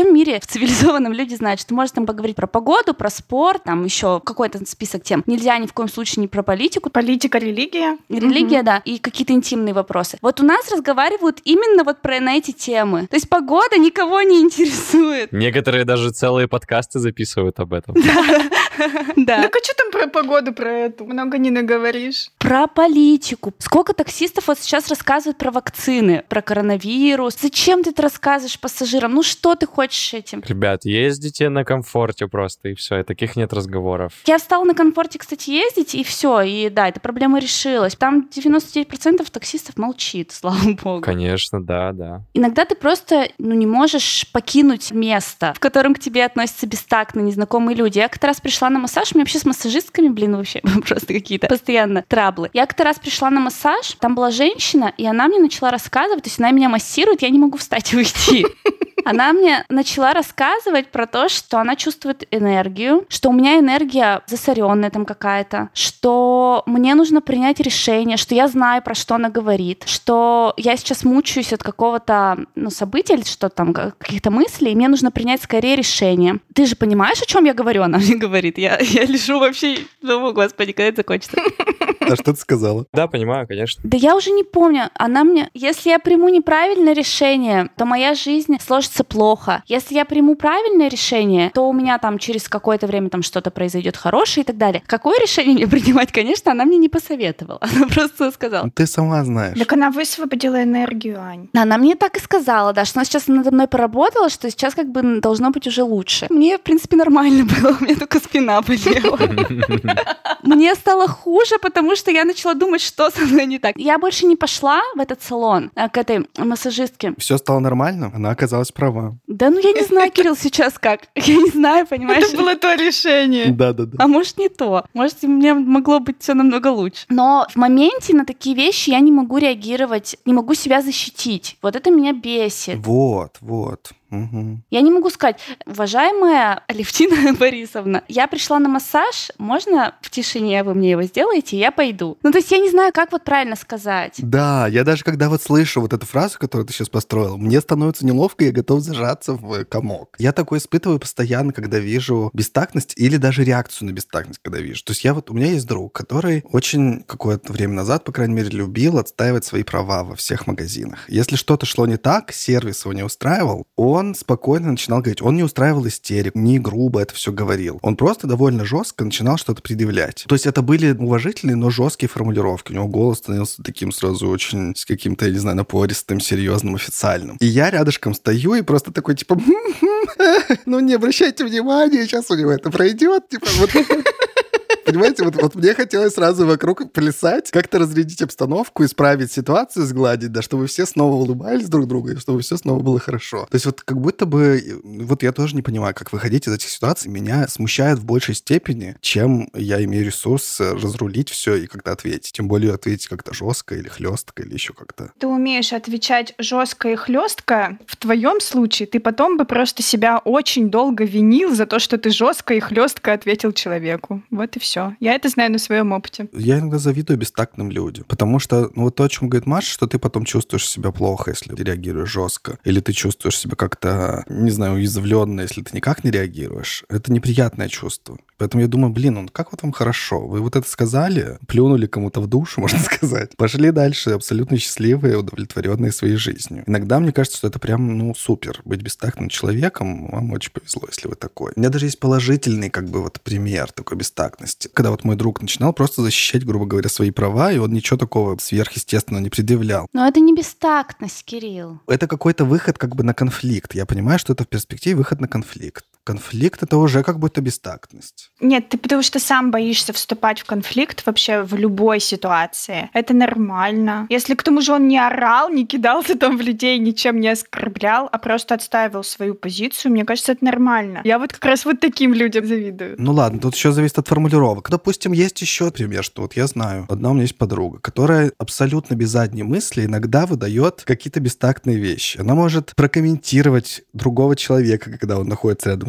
всем мире, в цивилизованном люди знают, что можно там поговорить про погоду, про спорт, там еще какой-то список тем. Нельзя ни в коем случае не про политику. Политика, религия. Религия, угу. да, и какие-то интимные вопросы. Вот у нас разговаривают именно вот про на эти темы. То есть погода никого не интересует. Некоторые даже целые подкасты записывают об этом. Да. Так а что там про погоду, про эту? Много не наговоришь. Про политику. Сколько таксистов вот сейчас рассказывают про вакцины, про коронавирус. Зачем ты это рассказываешь пассажирам? Ну что ты хочешь этим? Ребят, ездите на комфорте просто, и все, и таких нет разговоров. Я стала на комфорте, кстати, ездить, и все, и да, эта проблема решилась. Там девяносто девять процентов таксистов молчит, слава богу. Конечно, да, да. Иногда ты просто ну, не можешь покинуть место, в котором к тебе относятся бестактно незнакомые люди. Я как-то раз пришла на массаж, у меня вообще с массажистками, блин, вообще просто какие-то постоянно траблы. Я как-то раз пришла на массаж, там была женщина, и она мне начала рассказывать, то есть она меня массирует, я не могу встать и уйти. Она мне начала рассказывать про то, что она чувствует энергию, что у меня энергия засоренная там какая-то, что мне нужно принять решение, что я знаю, про что она говорит, что я сейчас мучаюсь от какого-то ну, события или что там, каких-то мыслей, и мне нужно принять скорее решение. Ты же понимаешь, о чем я говорю? Она мне говорит. Я, я лежу вообще, думаю, господи, когда это закончится? А что ты сказала? Да, понимаю, конечно. Да я уже не помню. Она мне... Если я приму неправильное решение, то моя жизнь сложится плохо. Если я приму правильное решение, то у меня там через какое-то время там что-то произойдет хорошее и так далее. Какое решение мне принимать, конечно, она мне не посоветовала. Она просто сказала. Ты сама знаешь. Так она высвободила энергию, Ань. Она мне так и сказала, да, что она сейчас надо мной поработала, что сейчас как бы должно быть уже лучше. Мне, в принципе, нормально было, у меня только спина болела. Мне стало хуже, потому что я начала думать, что со мной не так. Я больше не пошла в этот салон, к этой массажистке. Все стало нормально, она оказалась права. Да ну я не знаю, Кирилл, сейчас как. Я не знаю, понимаешь? Это было то решение. Да-да-да. А может, не то. Может, мне могло быть все намного лучше. Но в моменте на такие вещи я не могу реагировать, не могу себя защитить. Вот это меня бесит. Вот, вот. Угу. Я не могу сказать, уважаемая Алевтина Борисовна, я пришла на массаж, можно в тишине вы мне его сделаете, и я пойду. Ну, то есть я не знаю, как вот правильно сказать. Да, я даже когда вот слышу вот эту фразу, которую ты сейчас построил, мне становится неловко, я готов зажаться в комок. Я такое испытываю постоянно, когда вижу бестактность или даже реакцию на бестактность, когда вижу. То есть я вот, у меня есть друг, который очень какое-то время назад, по крайней мере, любил отстаивать свои права во всех магазинах. Если что-то шло не так, сервис его не устраивал, он спокойно начинал говорить. Он не устраивал истерик, не грубо это все говорил. Он просто довольно жестко начинал что-то предъявлять. То есть это были уважительные, но жесткие формулировки. У него голос становился таким сразу очень с каким-то, я не знаю, напористым, серьезным, официальным. И я рядышком стою и просто такой, типа, ну не обращайте внимания, сейчас у него это пройдет. Типа, вот... Понимаете, вот, вот мне хотелось сразу вокруг плясать, как-то разрядить обстановку, исправить ситуацию, сгладить, да, чтобы все снова улыбались друг другу, и чтобы все снова было хорошо. То есть вот как будто бы... Вот я тоже не понимаю, как выходить из этих ситуаций. Меня смущает в большей степени, чем я имею ресурс разрулить все и как-то ответить. Тем более ответить как-то жестко или хлестко, или еще как-то. Ты умеешь отвечать жестко и хлестко. В твоем случае ты потом бы просто себя очень долго винил за то, что ты жестко и хлестко ответил человеку. Вот и все. Я это знаю на своем опыте. Я иногда завидую бестактным людям, потому что, ну, вот то, о чем говорит Маша, что ты потом чувствуешь себя плохо, если ты реагируешь жестко, или ты чувствуешь себя как-то, не знаю, уязвленно, если ты никак не реагируешь. Это неприятное чувство. Поэтому я думаю, блин, ну как вот вам хорошо? Вы вот это сказали, плюнули кому-то в душу, можно сказать. Пошли дальше, абсолютно счастливые, удовлетворенные своей жизнью. Иногда мне кажется, что это прям, ну, супер. Быть бестактным человеком, вам очень повезло, если вы такой. У меня даже есть положительный, как бы, вот пример такой бестактности. Когда вот мой друг начинал просто защищать, грубо говоря, свои права, и он ничего такого сверхъестественного не предъявлял. Но это не бестактность, Кирилл. Это какой-то выход как бы на конфликт. Я понимаю, что это в перспективе выход на конфликт. Конфликт — это уже как будто бестактность. Нет, ты потому что сам боишься вступать в конфликт вообще в любой ситуации. Это нормально. Если к тому же он не орал, не кидался там в людей, ничем не оскорблял, а просто отстаивал свою позицию, мне кажется, это нормально. Я вот как раз вот таким людям завидую. Ну ладно, тут еще зависит от формулировок. Допустим, есть еще пример, что вот я знаю, одна у меня есть подруга, которая абсолютно без задней мысли иногда выдает какие-то бестактные вещи. Она может прокомментировать другого человека, когда он находится рядом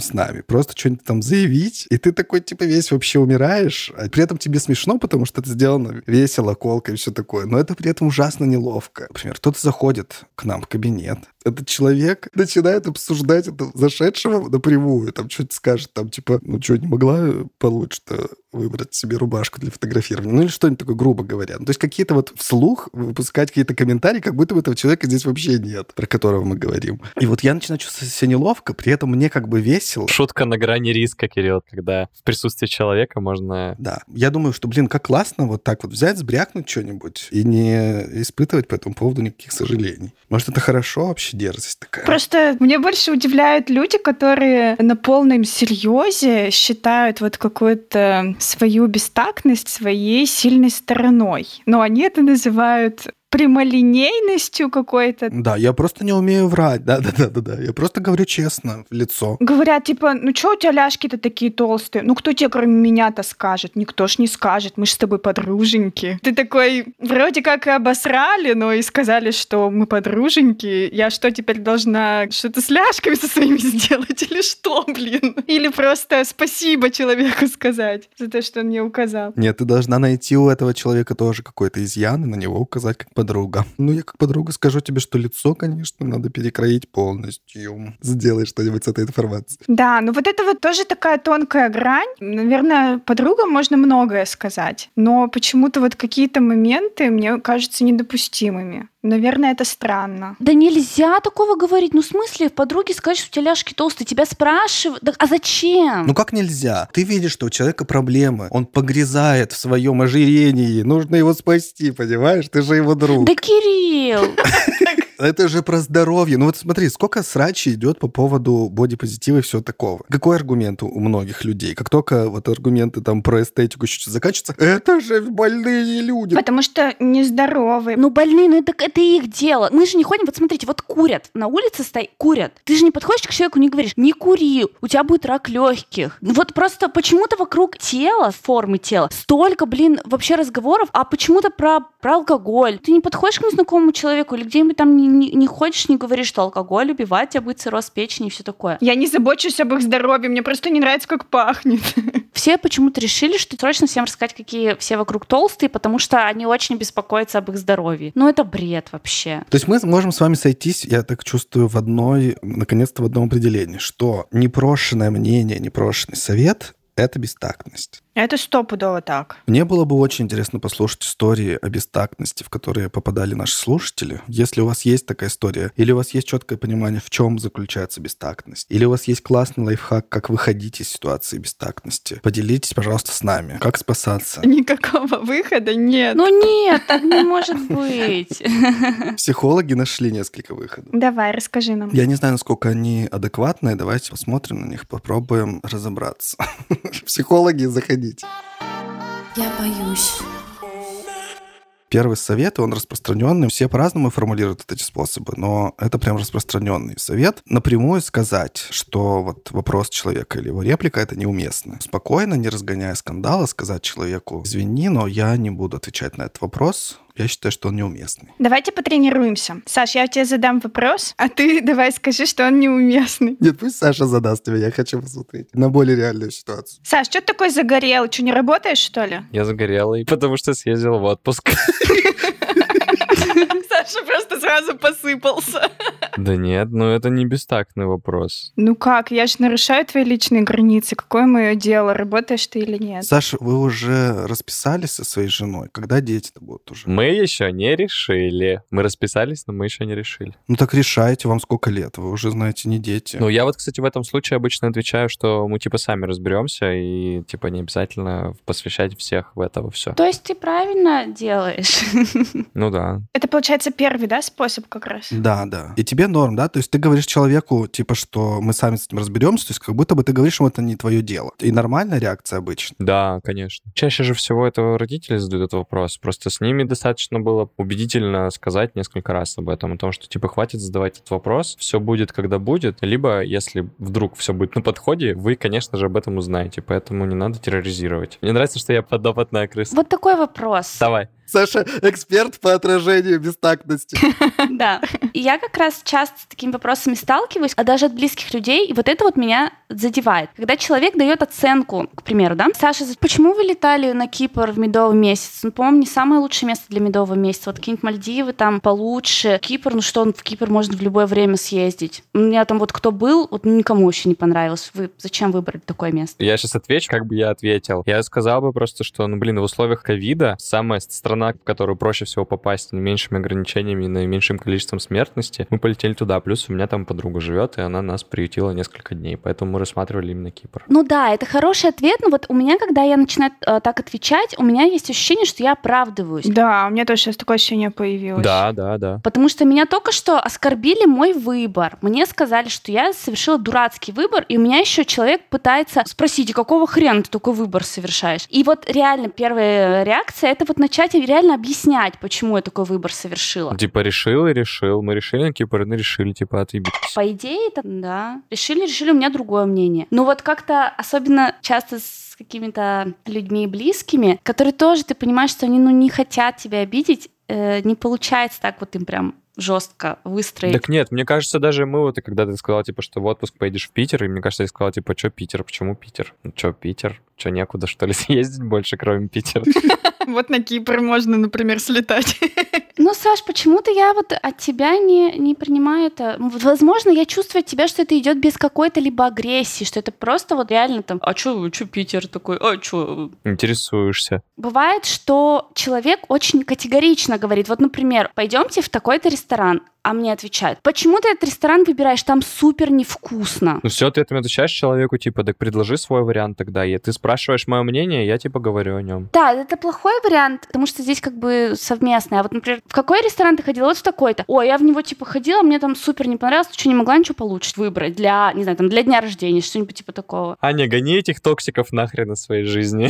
с нами, просто что-нибудь там заявить, и ты такой, типа, весь вообще умираешь, а при этом тебе смешно, потому что это сделано весело, колко и все такое, но это при этом ужасно неловко. Например, кто-то заходит к нам в кабинет, этот человек начинает обсуждать это зашедшего напрямую, там что-то скажет, там, типа, ну что, не могла получше-то выбрать себе рубашку для фотографирования, ну или что-нибудь такое, грубо говоря. Ну, то есть какие-то вот вслух выпускать какие-то комментарии, как будто бы этого человека здесь вообще нет, про которого мы говорим. И вот я начинаю чувствовать себя неловко, при этом мне как бы весело. Шутка на грани риска, Кирилл, когда в присутствии человека можно... Да. Я думаю, что, блин, как классно вот так вот взять, сбрякнуть что-нибудь и не испытывать по этому поводу никаких сожалений. Может, это хорошо вообще, дерзость такая? Просто мне больше удивляют люди, которые на полном серьезе считают вот какую-то свою бестактность своей сильной стороной. Но они это называют прямолинейностью какой-то. Да, я просто не умею врать. Да-да-да-да. Я просто говорю честно, в лицо. Говорят, типа, ну что у тебя ляжки-то такие толстые? Ну кто тебе кроме меня-то скажет? Никто ж не скажет, мы ж с тобой подруженьки. Ты такой, вроде как и обосрали, но и сказали, что мы подруженьки. Я что, теперь должна что-то с ляжками со своими сделать? Или что, блин? Или просто спасибо человеку сказать за то, что он мне указал? Нет, ты должна найти у этого человека тоже какой-то изъян и на него указать как подруга. Ну, я как подруга скажу тебе, что лицо, конечно, надо перекроить полностью. Сделай что-нибудь с этой информацией. Да, ну вот это вот тоже такая тонкая грань. Наверное, подругам можно многое сказать, но почему-то вот какие-то моменты мне кажутся недопустимыми. Наверное, это странно. Да нельзя такого говорить. Ну, в смысле, в подруге сказать, что у тебя ляжки толстые, тебя спрашивают. Да, а зачем? Ну, как нельзя? Ты видишь, что у человека проблемы. Он погрязает в своем ожирении. Нужно его спасти, понимаешь? Ты же его друг. Да, Кирилл! Это же про здоровье. Ну вот смотри, сколько срачи идет по поводу бодипозитива и всего такого. Какой аргумент у многих людей? Как только вот аргументы там про эстетику чуть-чуть заканчиваются, это же больные люди. Потому что нездоровые. Ну, больные, ну это, это их дело. Мы же не ходим, вот смотрите, вот курят. На улице стоят, курят. Ты же не подходишь к человеку, не говоришь, не кури, у тебя будет рак легких. Вот просто почему-то вокруг тела, формы тела, столько, блин, вообще разговоров, а почему-то про, про алкоголь. Ты не подходишь к незнакомому человеку или где-нибудь там не Не, не ходишь, не говоришь, что алкоголь убивает, у тебя будет цирроз печени и все такое. Я не забочусь об их здоровье, мне просто не нравится, как пахнет. Все почему-то решили, что срочно всем рассказать, какие все вокруг толстые, потому что они очень беспокоятся об их здоровье. Ну, это бред вообще. То есть мы можем с вами сойтись, я так чувствую, в одной, наконец-то в одном определении, что непрошенное мнение, непрошенный совет — это бестактность. Это стопудово так. Мне было бы очень интересно послушать истории о бестактности, в которые попадали наши слушатели. Если у вас есть такая история, или у вас есть четкое понимание, в чем заключается бестактность, или у вас есть классный лайфхак, как выходить из ситуации бестактности, поделитесь, пожалуйста, с нами. Как спасаться? Никакого выхода нет. Ну нет, так не может быть. Психологи нашли несколько выходов. Давай, расскажи нам. Я не знаю, насколько они адекватные. Давайте посмотрим на них, попробуем разобраться. Психологи, заходите. Я боюсь. Первый совет, он распространенный. Все по-разному формулируют эти способы, но это прям распространенный совет. Напрямую сказать, что вот вопрос человека или его реплика — это неуместно. Спокойно, не разгоняя скандала, сказать человеку: извини, но я не буду отвечать на этот вопрос. Я считаю, что он неуместный. Давайте потренируемся. Саш, я тебе задам вопрос, а ты давай скажи, что он неуместный. Нет, пусть Саша задаст тебе, я хочу посмотреть на более реальную ситуацию. Саш, что ты такой загорел? Что, не работаешь, что ли? Я загорелый, потому что съездил в отпуск. Саша просто сразу посыпался. Да нет, ну это не бестактный вопрос. Ну как, я же нарушаю твои личные границы. Какое мое дело, работаешь ты или нет? Саша, вы уже расписались со своей женой? Когда дети-то будут уже? Мы еще не решили. Мы расписались, но мы еще не решили. Ну так решайте, вам сколько лет? Вы уже, знаете, не дети. Ну я вот, кстати, в этом случае обычно отвечаю, что мы типа сами разберемся и типа не обязательно посвящать всех в это все. То есть ты правильно делаешь? Ну да. Это, получается, первый, да, способ как раз? Да, да. И тебе норм, да? То есть ты говоришь человеку, типа, что мы сами с этим разберемся, то есть как будто бы ты говоришь, что это не твое дело. И нормальная реакция обычно. Да, конечно. Чаще же всего это родители задают этот вопрос. Просто с ними достаточно было убедительно сказать несколько раз об этом, о том, что типа хватит задавать этот вопрос, все будет, когда будет, либо если вдруг все будет на подходе, вы, конечно же, об этом узнаете, поэтому не надо терроризировать. Мне нравится, что я подопытная крыса. Вот такой вопрос. Давай. Саша эксперт по отражению бестактности. Да. И я как раз часто с такими вопросами сталкиваюсь, а даже от близких людей. И вот это вот меня задевает. Когда человек дает оценку, к примеру, да, Саша, почему вы летали на Кипр в медовый месяц? Ну, по-моему, не самое лучшее место для медового месяца. Вот какие-нибудь Мальдивы там получше. Кипр, ну что, в Кипр можно в любое время съездить. У меня там вот кто был, вот никому вообще не понравилось. Вы зачем выбрали такое место? Я сейчас отвечу, как бы я ответил. Я сказал бы просто, что, ну, блин, в условиях ковида самая страна, в которую проще всего попасть с наименьшими ограничениями и наименьшим количеством смертности, мы полетели туда. Плюс у меня там подруга живет, и она нас приютила несколько дней. Поэтому мы рассматривали именно Кипр. Ну да, это хороший ответ, но вот у меня, когда я начинаю э, так отвечать, у меня есть ощущение, что я оправдываюсь. Да, у меня тоже сейчас такое ощущение появилось. Да, да, да. Потому что меня только что оскорбили мой выбор. Мне сказали, что я совершила дурацкий выбор, и у меня еще человек пытается спросить, какого хрена ты такой выбор совершаешь? И вот реально первая реакция — это вот начать реально объяснять, почему я такой выбор совершила. Типа решил и решил. Мы решили на Кипр, и решили, типа, отъебись. По идее, это, да. Решили, решили, у меня другое мнение. Но вот как-то особенно часто с какими-то людьми близкими, которые тоже, ты понимаешь, что они, ну, не хотят тебя обидеть, э, не получается так вот им прям жестко выстроить. Так нет, мне кажется, даже мы вот, и когда ты сказала, типа, что в отпуск поедешь в Питер, и мне кажется, я сказала, типа, что Питер, почему Питер? Ну, что Питер? Что, некуда, что ли, съездить больше, кроме Питера? Вот на Кипр можно, например, слетать. Ну, Саш, почему-то я вот от тебя не, не принимаю это. Возможно, я чувствую от тебя, что это идет без какой-то либо агрессии, что это просто вот реально там, а чё, чё Питер такой, а чё? Интересуешься. Бывает, что человек очень категорично говорит, вот, например, пойдемте в такой-то ресторан, а мне отвечают, почему ты этот ресторан выбираешь, там супер невкусно. Ну все, ты этим отвечаешь человеку, типа, так предложи свой вариант тогда, и ты спрашиваешь мое мнение, я, типа, говорю о нем. Да, это плохой вариант, потому что здесь как бы совместное. А вот, например, в какой ресторан ты ходила? Вот в такой-то. Ой, я в него, типа, ходила, мне там супер не понравилось, что не могла ничего получше выбрать для, не знаю, там, для дня рождения, что-нибудь типа такого. Аня, гони этих токсиков нахрен из своей жизни.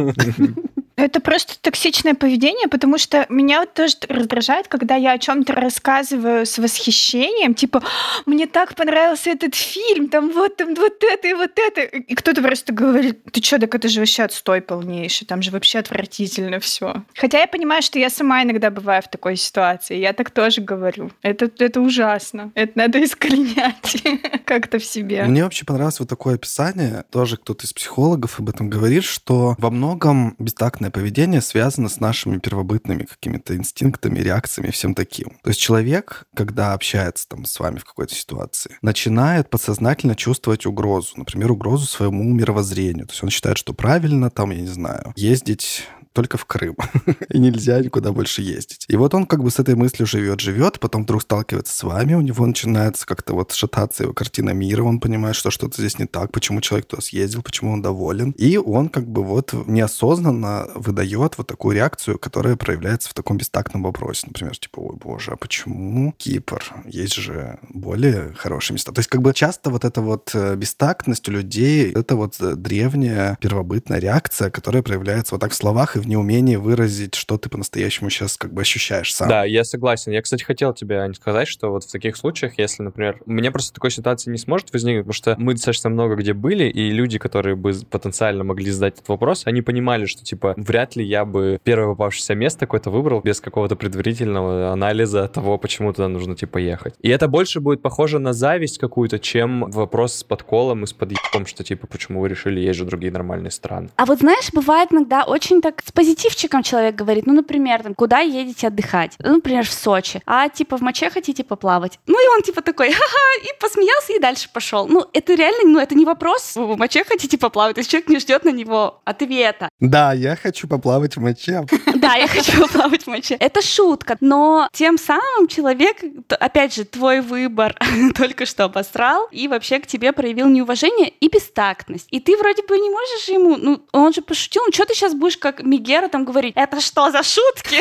Это просто токсичное поведение, потому что меня вот тоже раздражает, когда я о чем-то рассказываю с восхищением, типа, мне так понравился этот фильм, там вот, там вот это и вот это. И кто-то просто говорит, ты что, так это же вообще отстой полнейший, там же вообще отвратительно все. Хотя я понимаю, что я сама иногда бываю в такой ситуации, я так тоже говорю. Это, это ужасно. Это надо искоренять как-то в себе. Мне вообще понравилось вот такое описание, тоже кто-то из психологов об этом говорит, что во многом бестактное поведение связано с нашими первобытными какими-то инстинктами, реакциями, всем таким. То есть человек, когда общается там с вами в какой-то ситуации, начинает подсознательно чувствовать угрозу, например, угрозу своему мировоззрению. То есть он считает, что правильно там, я не знаю, ездить только в Крым, и нельзя никуда больше ездить. И вот он как бы с этой мыслью живет, живет, потом вдруг сталкивается с вами, у него начинается как-то вот шататься его картина мира, он понимает, что что-то здесь не так, почему человек туда съездил, почему он доволен. И он как бы вот неосознанно выдает вот такую реакцию, которая проявляется в таком бестактном вопросе. Например, типа, ой, боже, а почему Кипр? Есть же более хорошие места. То есть как бы часто вот эта вот бестактность у людей, это вот древняя первобытная реакция, которая проявляется вот так в словах и в неумении выразить, что ты по-настоящему сейчас как бы ощущаешь сам. Да, я согласен. Я, кстати, хотел тебе, Ань, сказать, что вот в таких случаях, если, например, у меня просто такой ситуации не сможет возникнуть, потому что мы достаточно много где были, и люди, которые бы потенциально могли задать этот вопрос, они понимали, что, типа, вряд ли я бы первое попавшееся место какое-то выбрал без какого-то предварительного анализа того, почему туда нужно, типа, ехать. И это больше будет похоже на зависть какую-то, чем вопрос с подколом и с подъебом, что, типа, почему вы решили, есть же другие нормальные страны. А вот, знаешь, бывает иногда очень так с позитивчиком человек говорит, ну, например, там, куда едете отдыхать? Ну, например, в Сочи. А, типа, в Моче хотите поплавать? Ну, и он, типа, такой, ха-ха, и посмеялся, и дальше пошел. Ну, это реально, ну, это не вопрос, в Моче хотите поплавать, то есть человек не ждет на него ответа. Да, я хочу поплавать в моче. Да, я хочу поплавать в моче. Это шутка, но тем самым человек, опять же, твой выбор только что обосрал и вообще к тебе проявил неуважение и бестактность. И ты вроде бы не можешь ему, ну, он же пошутил, ну, что ты сейчас будешь как Мегера там говорить, это что за шутки?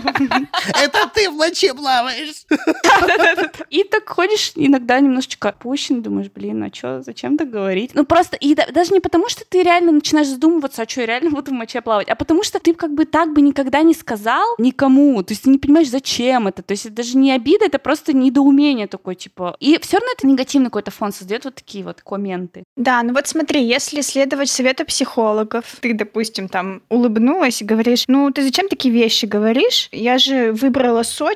Это ты в моче плаваешь. И так ходишь иногда немножечко опущен, думаешь, блин, а что, зачем так говорить? Ну, просто, и даже не потому, что ты реально начинаешь задумываться, а что, я реально буду в моче плавать, а потому что ты как бы так бы никогда не сказал никому, то есть ты не понимаешь, зачем это, то есть это даже не обида, это просто недоумение такое, типа, и все равно это негативный какой-то фон создает вот такие вот комменты. Да, ну вот смотри, если следовать совету психологов, ты, допустим, там улыбнулась и говоришь, ну ты зачем такие вещи говоришь? Я же выбрала Сочи,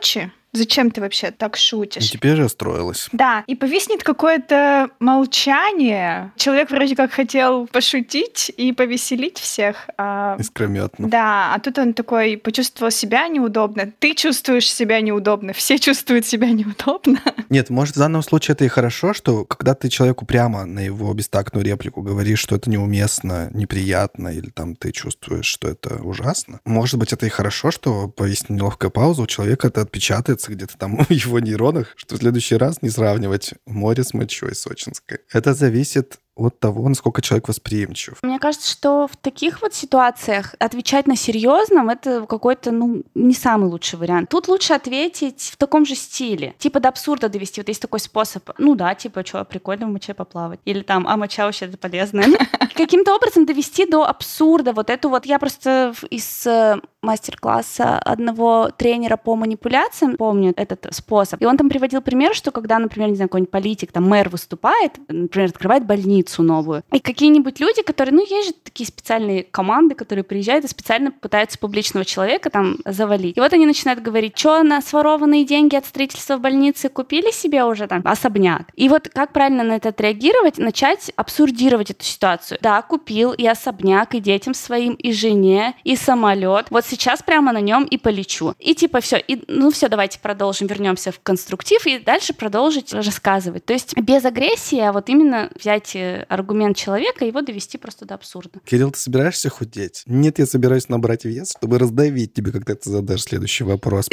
Зачем ты вообще так И шутишь? теперь расстроилась. Да, и повиснет какое-то молчание. Человек вроде как хотел пошутить и повеселить всех. А... Искрометно. Да, а тут он такой почувствовал себя неудобно. Ты чувствуешь себя неудобно, все чувствуют себя неудобно. Нет, может, в данном случае это и хорошо, что когда ты человеку прямо на его бестактную реплику говоришь, что это неуместно, неприятно, или там ты чувствуешь, что это ужасно, может быть, это и хорошо, что повисит неловкая пауза, у человека это отпечатается где-то там в его нейронах, что в следующий раз не сравнивать море с мочой сочинской. Это зависит от того, насколько человек восприимчив. Мне кажется, что в таких вот ситуациях отвечать на серьезном это какой-то, ну, не самый лучший вариант. Тут лучше ответить в таком же стиле. Типа до абсурда довести. Вот есть такой способ. Ну да, типа, что, прикольно в моче поплавать. Или там, а моча вообще это полезная. Каким-то образом довести до абсурда вот эту вот... Я просто из мастер-класса одного тренера по манипуляциям помню этот способ. И он там приводил пример, что когда, например, не знаю, какой-нибудь политик, там, мэр выступает, например, открывает больницу новую, и какие-нибудь люди, которые, ну, есть же такие специальные команды, которые приезжают и специально пытаются публичного человека там завалить. И вот они начинают говорить, что на сворованные деньги от строительства больницы купили себе уже там особняк. И вот как правильно на это отреагировать? Начать абсурдировать эту ситуацию. Да, купил и особняк, и детям своим, и жене, и самолет. Вот сейчас прямо на нем и полечу. И типа все, и, ну все, давайте продолжим, вернемся в конструктив и дальше продолжить рассказывать. То есть без агрессии, а вот именно взять аргумент человека и его довести просто до абсурда. Кирилл, ты собираешься худеть? Нет, я собираюсь набрать вес, чтобы раздавить тебе, когда ты задашь следующий вопрос.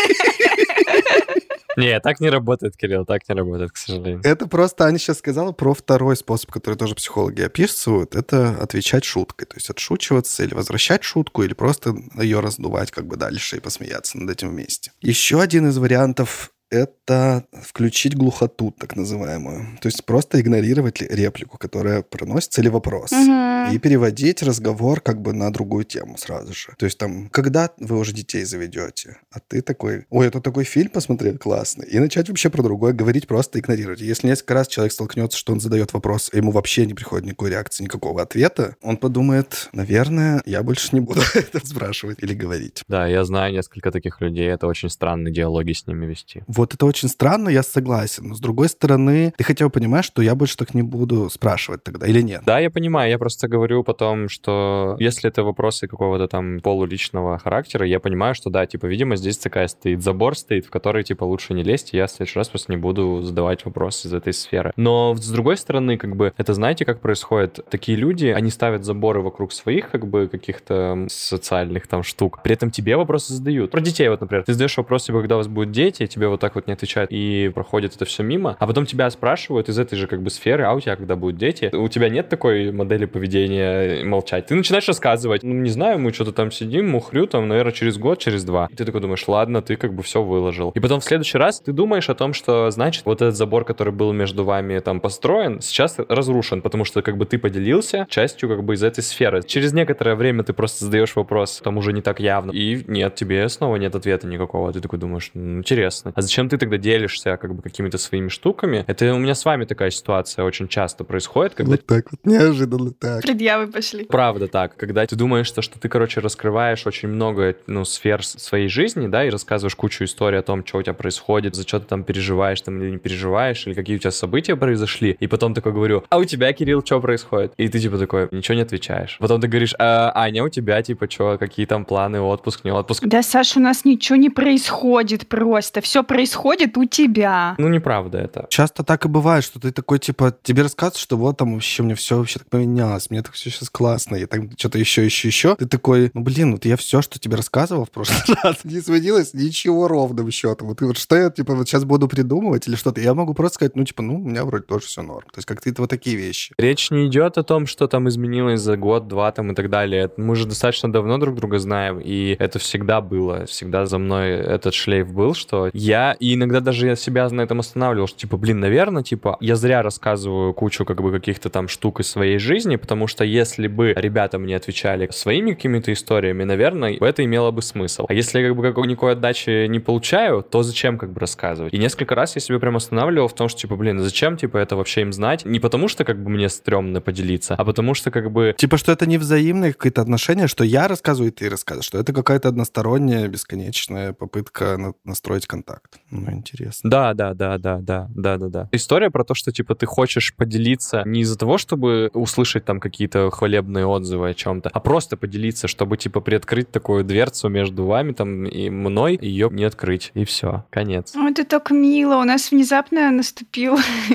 Не, так не работает, Кирилл, так не работает, к сожалению. Это просто Аня сейчас сказала про второй способ, который тоже психологи описывают. Это отвечать шуткой. То есть отшучиваться или возвращать шутку, или просто ее раздувать как бы дальше и посмеяться над этим вместе. Еще один из вариантов — это включить глухоту, так называемую. То есть просто игнорировать реплику, которая проносится, или вопрос. Мгм. И переводить разговор как бы на другую тему сразу же. То есть там, когда вы уже детей заведете, а ты такой, ой, это такой фильм посмотрел классный, и начать вообще про другое говорить, просто игнорировать. Если несколько раз человек столкнется, что он задает вопрос, и ему вообще не приходит никакой реакции, никакого ответа, он подумает, наверное, я больше не буду это спрашивать или говорить. Да, я знаю несколько таких людей, это очень странно диалоги с ними вести. Вот это очень странно, я согласен. Но с другой стороны, ты хотя бы понимаешь, что я больше так не буду спрашивать тогда, или нет? Да, я понимаю, я просто говорю потом, что если это вопросы какого-то там полуличного характера, я понимаю, что да, типа, видимо, здесь такая стоит забор стоит, в который, типа, лучше не лезть, и я в следующий раз просто не буду задавать вопросы из этой сферы. Но с другой стороны, как бы, это знаете, как происходит? Такие люди, они ставят заборы вокруг своих, как бы, каких-то социальных там штук, при этом тебе вопросы задают. Про детей вот, например, ты задаешь вопрос, типа, когда у вас будут дети, тебе вот так вот не отвечают, и проходит это все мимо, а потом тебя спрашивают из этой же как бы сферы, а у тебя когда будут дети? У тебя нет такой модели поведения молчать? Ты начинаешь рассказывать, ну, не знаю, мы что-то там сидим, мухрю, там, наверное, через год, через два. И ты такой думаешь, ладно, ты как бы все выложил. И потом в следующий раз ты думаешь о том, что, значит, вот этот забор, который был между вами там построен, сейчас разрушен, потому что как бы ты поделился частью как бы из этой сферы. Через некоторое время ты просто задаешь вопрос, там уже не так явно, и нет, тебе снова нет ответа никакого. Ты такой думаешь, ну, интересно. А зачем ты тогда делишься как бы какими-то своими штуками? Это у меня с вами такая ситуация очень часто происходит, когда... Вот так вот, неожиданно так. Предъявы пошли. Правда так, когда ты думаешь, что, что ты, короче, раскрываешь очень много, ну, сфер своей жизни, да, и рассказываешь кучу историй о том, что у тебя происходит, за что ты там переживаешь, там, или не переживаешь, или какие у тебя события произошли, и потом такой говорю, а у тебя, Кирилл, что происходит? И ты, типа, такой, ничего не отвечаешь. Потом ты говоришь, а, Аня, у тебя, типа, что, какие там планы, отпуск, не отпуск? Да, Саша, у нас ничего не происходит просто. Все происходит у тебя. Ну, неправда это. Часто так и бывает, что ты такой, типа, тебе рассказывают, что вот там вообще мне все вообще так поменялось, мне так все сейчас классно, я там что-то еще, еще, еще. Ты такой, ну, блин, вот я все, что тебе рассказывал в прошлый раз, не изменилось ничего ровным счетом. Вот, вот что я, типа, вот сейчас буду придумывать или что-то, я могу просто сказать, ну, типа, ну, у меня вроде тоже все норм. То есть как-то вот такие вещи. Речь не идет о том, что там изменилось за год, два там и так далее. Мы же достаточно давно друг друга знаем, и это всегда было, всегда за мной этот шлейф был, что я и иногда даже я себя на этом останавливал, что, типа, блин, наверное, типа, я зря рассказываю кучу, как бы, каких-то там штук из своей жизни, потому что если бы ребята мне отвечали своими какими-то историями, наверное, это имело бы смысл. А если я, как бы, какой- никакой отдачи не получаю, то зачем, как бы, рассказывать? И несколько раз я себя прям останавливал в том, что, типа, блин, зачем, типа, это вообще им знать? Не потому что, как бы, мне стрёмно поделиться, а потому что, как бы... Типа, что это не взаимные какие-то отношения, что я рассказываю, и ты рассказываешь, что это какая-то односторонняя, бесконечная попытка на- настроить контакт. Ну, интересно. Да, да, да, да, да, да, да, да. История про то, что, типа, ты хочешь поделиться не из-за того, чтобы услышать там какие-то хвалебные отзывы о чем-то, а просто поделиться, чтобы, типа, приоткрыть такую дверцу между вами там и мной, ее не открыть. И все, конец. О, это так мило. У нас внезапно наступил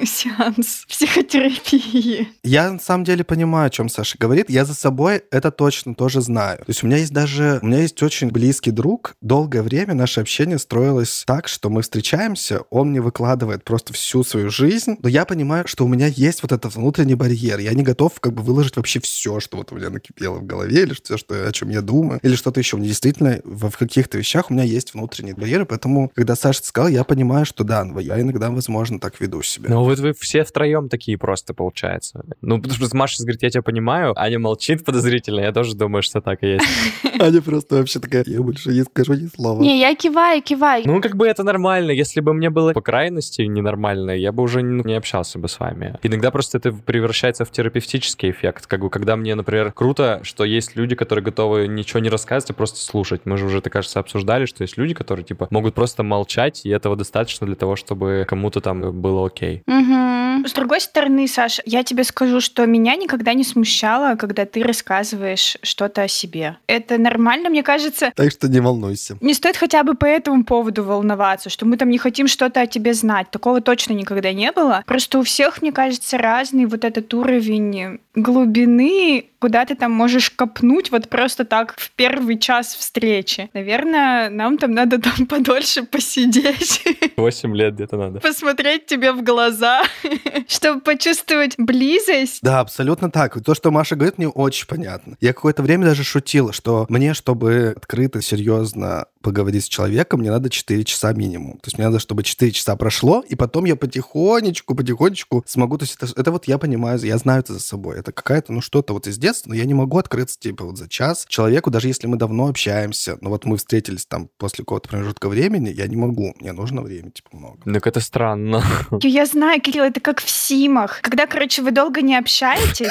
сеанс психотерапии. Я на самом деле понимаю, о чем Саша говорит. Я за собой это точно тоже знаю. То есть у меня есть даже... У меня есть очень близкий друг. Долгое время наше общение строилось так, что мы встречаемся, он мне выкладывает просто всю свою жизнь, но я понимаю, что у меня есть вот этот внутренний барьер. Я не готов как бы выложить вообще все, что вот у меня накипело в голове, или все, что, о чем я думаю, или что-то еще. Мне действительно в в каких-то вещах у меня есть внутренние барьеры, поэтому, когда Саша сказал, я понимаю, что да, я иногда, возможно, так веду себя. Ну вот вы все втроем такие просто, получается. Ну, потому что Маша говорит, я тебя понимаю, Аня молчит подозрительно, я тоже думаю, что так и есть. Аня просто вообще такая, я больше не скажу ни слова. Не, я киваю, киваю. Ну, как бы это нормально. Если бы мне было по крайности ненормально, я бы уже не, не общался бы с вами. Иногда просто это превращается в терапевтический эффект. Как бы, когда мне, например, круто, что есть люди, которые готовы ничего не рассказывать, а просто слушать. Мы же уже, это, кажется, обсуждали, что есть люди, которые, типа, могут просто молчать, и этого достаточно для того, чтобы кому-то там было окей. Угу. С другой стороны, Саша, я тебе скажу, что меня никогда не смущало, когда ты рассказываешь что-то о себе. Это нормально, мне кажется. Так что не волнуйся. Не стоит хотя бы по этому поводу волноваться, что мы там не хотим что-то о тебе знать. Такого точно никогда не было. Просто у всех, мне кажется, разный вот этот уровень глубины, куда ты там можешь копнуть вот просто так в первый час встречи. Наверное, нам там надо там подольше посидеть, Восемь лет где-то надо. посмотреть тебе в глаза, чтобы почувствовать близость. Да, абсолютно так. И то, что Маша говорит, мне очень понятно. Я какое-то время даже шутил, что мне, чтобы открыто, серьезно поговорить с человеком, мне надо четыре часа минимум. То есть мне надо, чтобы четыре часа прошло, и потом я потихонечку, потихонечку смогу... То есть это, это вот я понимаю, я знаю это за собой. Это какая-то, ну, что-то вот из детства, но я не могу открыться, типа, вот за час человеку, даже если мы давно общаемся. Но вот мы встретились там после какого-то промежутка времени, я не могу. Мне нужно время, типа, много. Так это странно. Я знаю, Кирилл, это как в Симах. Когда, короче, вы долго не общаетесь,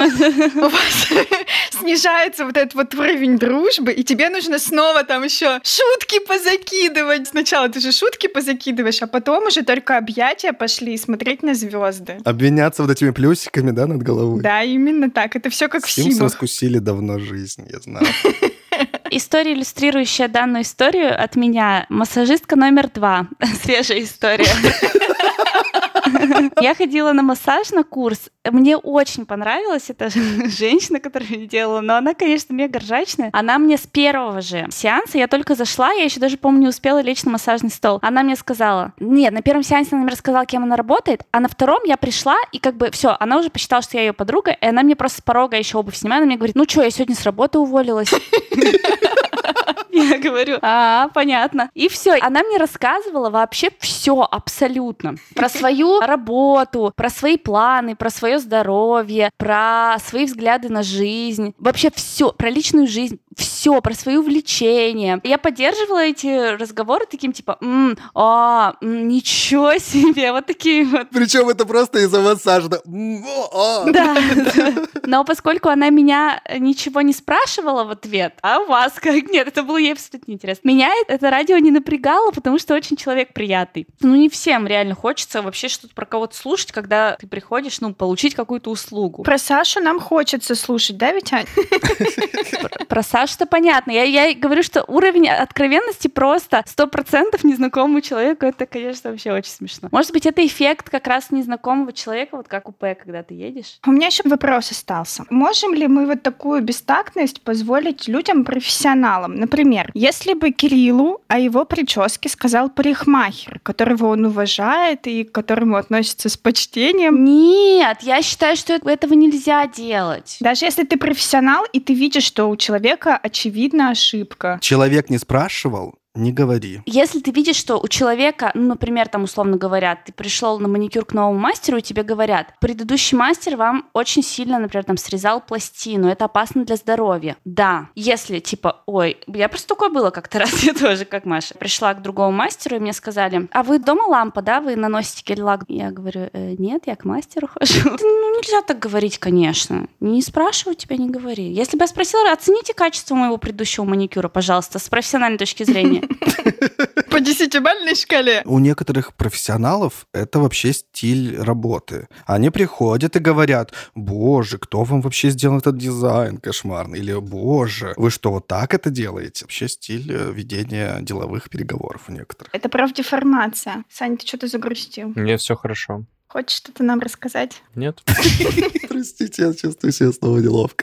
у вас снижается вот этот вот уровень дружбы, и тебе нужно снова там еще шутки позакидывать. Сначала ты же шутки позакидываешь, а потом уже только объятия пошли и смотреть на звезды. Обвиняться вот этими плюсиками, да, над головой. Да, именно так. Это все как в Симс Симах. раскусили давно жизнь, я знаю. История, иллюстрирующая данную историю от меня. Массажистка номер два. Свежая история. Я ходила на массаж, на курс. Мне очень понравилась эта женщина, которая мне делала, но она, конечно, мега ржачная. Она мне с первого же сеанса, я только зашла, я еще даже, помню, не успела лечь на массажный стол. Она мне сказала, нет, на первом сеансе она мне рассказала, кем она работает, а на втором я пришла, и как бы все, она уже посчитала, что я ее подруга, и она мне просто с порога еще обувь снимает, она мне говорит, ну что, я сегодня с работы уволилась. Я говорю, а, понятно. И все. Она мне рассказывала вообще все абсолютно. Про свою работу, про свои планы, про свое здоровье, про свои взгляды на жизнь. Вообще все. Про личную жизнь. Все. Про свои увлечения. Я поддерживала эти разговоры таким типа, м, а, м, ничего себе. Вот такие вот. Причем это просто из-за массажа. Да. Да, да. Но поскольку она меня ничего не спрашивала в ответ, а у вас как? Нет, это было ей абсолютно неинтересно. Меня это радио не напрягало, потому что очень человек приятный. Ну, не всем реально хочется вообще что-то про кого-то слушать, когда ты приходишь, ну, получить какую-то услугу. Про Сашу нам хочется слушать, да, ведь, Ань? Про, про Сашу-то понятно. Я, я говорю, что уровень откровенности просто сто процентов незнакомому человеку, это, конечно, вообще очень смешно. Может быть, это эффект как раз незнакомого человека, вот как купе, когда ты едешь? У меня еще вопрос остался. Можем ли мы вот такую бестактность позволить людям профессионалам? Например, если бы Кириллу о его прическе сказал парикмахер, которого он уважает и к которому относится с почтением. Нет, я считаю, что этого нельзя делать. Даже если ты профессионал, и ты видишь, что у человека очевидна ошибка. Человек не спрашивал, не говори. Если ты видишь, что у человека, ну, например, там, условно говоря, ты пришел на маникюр к новому мастеру, и тебе говорят, предыдущий мастер вам очень сильно, например, там, срезал пластину, это опасно для здоровья. Да, если, типа, ой, я просто такое было как-то раз, я тоже, как Маша, пришла к другому мастеру, и мне сказали, а вы дома лампа, да, вы наносите гель-лак? Я говорю, э, нет, я к мастеру хожу. Ну, нельзя так говорить, конечно. Не спрашиваю тебя, не говори. Если бы я спросила, оцените качество моего предыдущего маникюра, пожалуйста, с профессиональной точки зрения. По десятибалльной шкале. У некоторых профессионалов это вообще стиль работы. Они приходят и говорят, боже, кто вам вообще сделал этот дизайн кошмарный? Или, боже, вы что, вот так это делаете? Вообще стиль ведения деловых переговоров у некоторых. Это профдеформация. Саня, ты что-то загрустил. Мне все хорошо. Хочешь что-то нам рассказать? Нет. Простите, я чувствую себя снова неловко.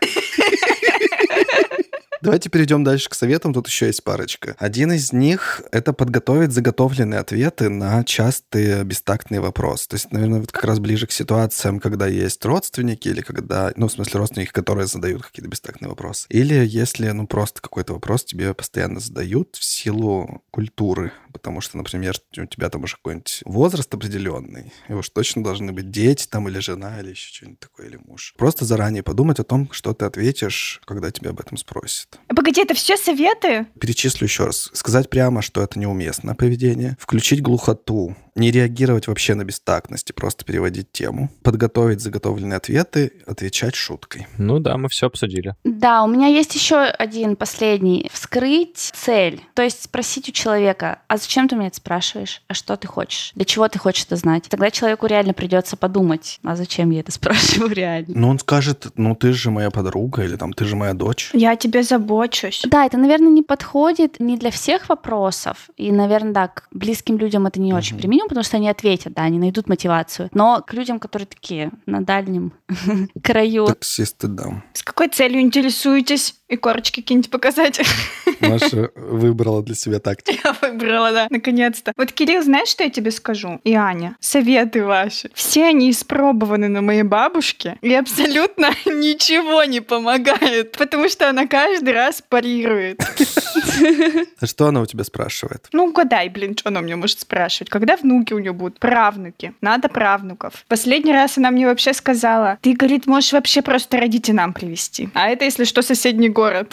Давайте перейдем дальше к советам. Тут еще есть парочка. Один из них — это подготовить заготовленные ответы на частые бестактные вопросы. То есть, наверное, вот как раз ближе к ситуациям, когда есть родственники или когда, ну, в смысле, родственники, которые задают какие-то бестактные вопросы. Или если, ну, просто какой-то вопрос тебе постоянно задают в силу культуры. Потому что, например, у тебя там уже какой-нибудь возраст определенный, и уж точно должны быть дети там или жена, или еще что-нибудь такое, или муж. Просто заранее подумать о том, что ты ответишь, когда тебя об этом спросят. Погоди, это все советы? Перечислю еще раз. Сказать прямо, что это неуместное поведение. Включить глухоту. Не реагировать вообще на бестактность и просто переводить тему. Подготовить заготовленные ответы, отвечать шуткой. Ну да, мы все обсудили. Да, у меня есть еще один последний. Вскрыть цель. То есть спросить у человека, а зачем ты меня это спрашиваешь? А что ты хочешь? Для чего ты хочешь это знать? Тогда человеку реально придется подумать, а зачем я это спрашиваю реально? Ну, он скажет, ну, ты же моя подруга, или там, ты же моя дочь. Я о тебе забочусь. Да, это, наверное, не подходит не для всех вопросов. И, наверное, да, к близким людям это не Мгм. очень применимо, потому что они ответят, да, они найдут мотивацию. Но к людям, которые такие на дальнем краю. Таксисты, да. С какой целью интересуетесь? И корочки какие-нибудь показать? Маша выбрала для себя тактику. Я выбрала, да, наконец-то. Вот, Кирилл, знаешь, что я тебе скажу? И Аня, советы ваши. Все они испробованы на моей бабушке и абсолютно ничего не помогают, потому что она каждый раз парирует. А что она у тебя спрашивает? Ну, угадай, блин, что она мне может спрашивать. Когда внуки у нее будут? Правнуки. Надо правнуков. Последний раз она мне вообще сказала, ты, говорит, можешь вообще просто родителей нам привезти. А это, если что, соседний город.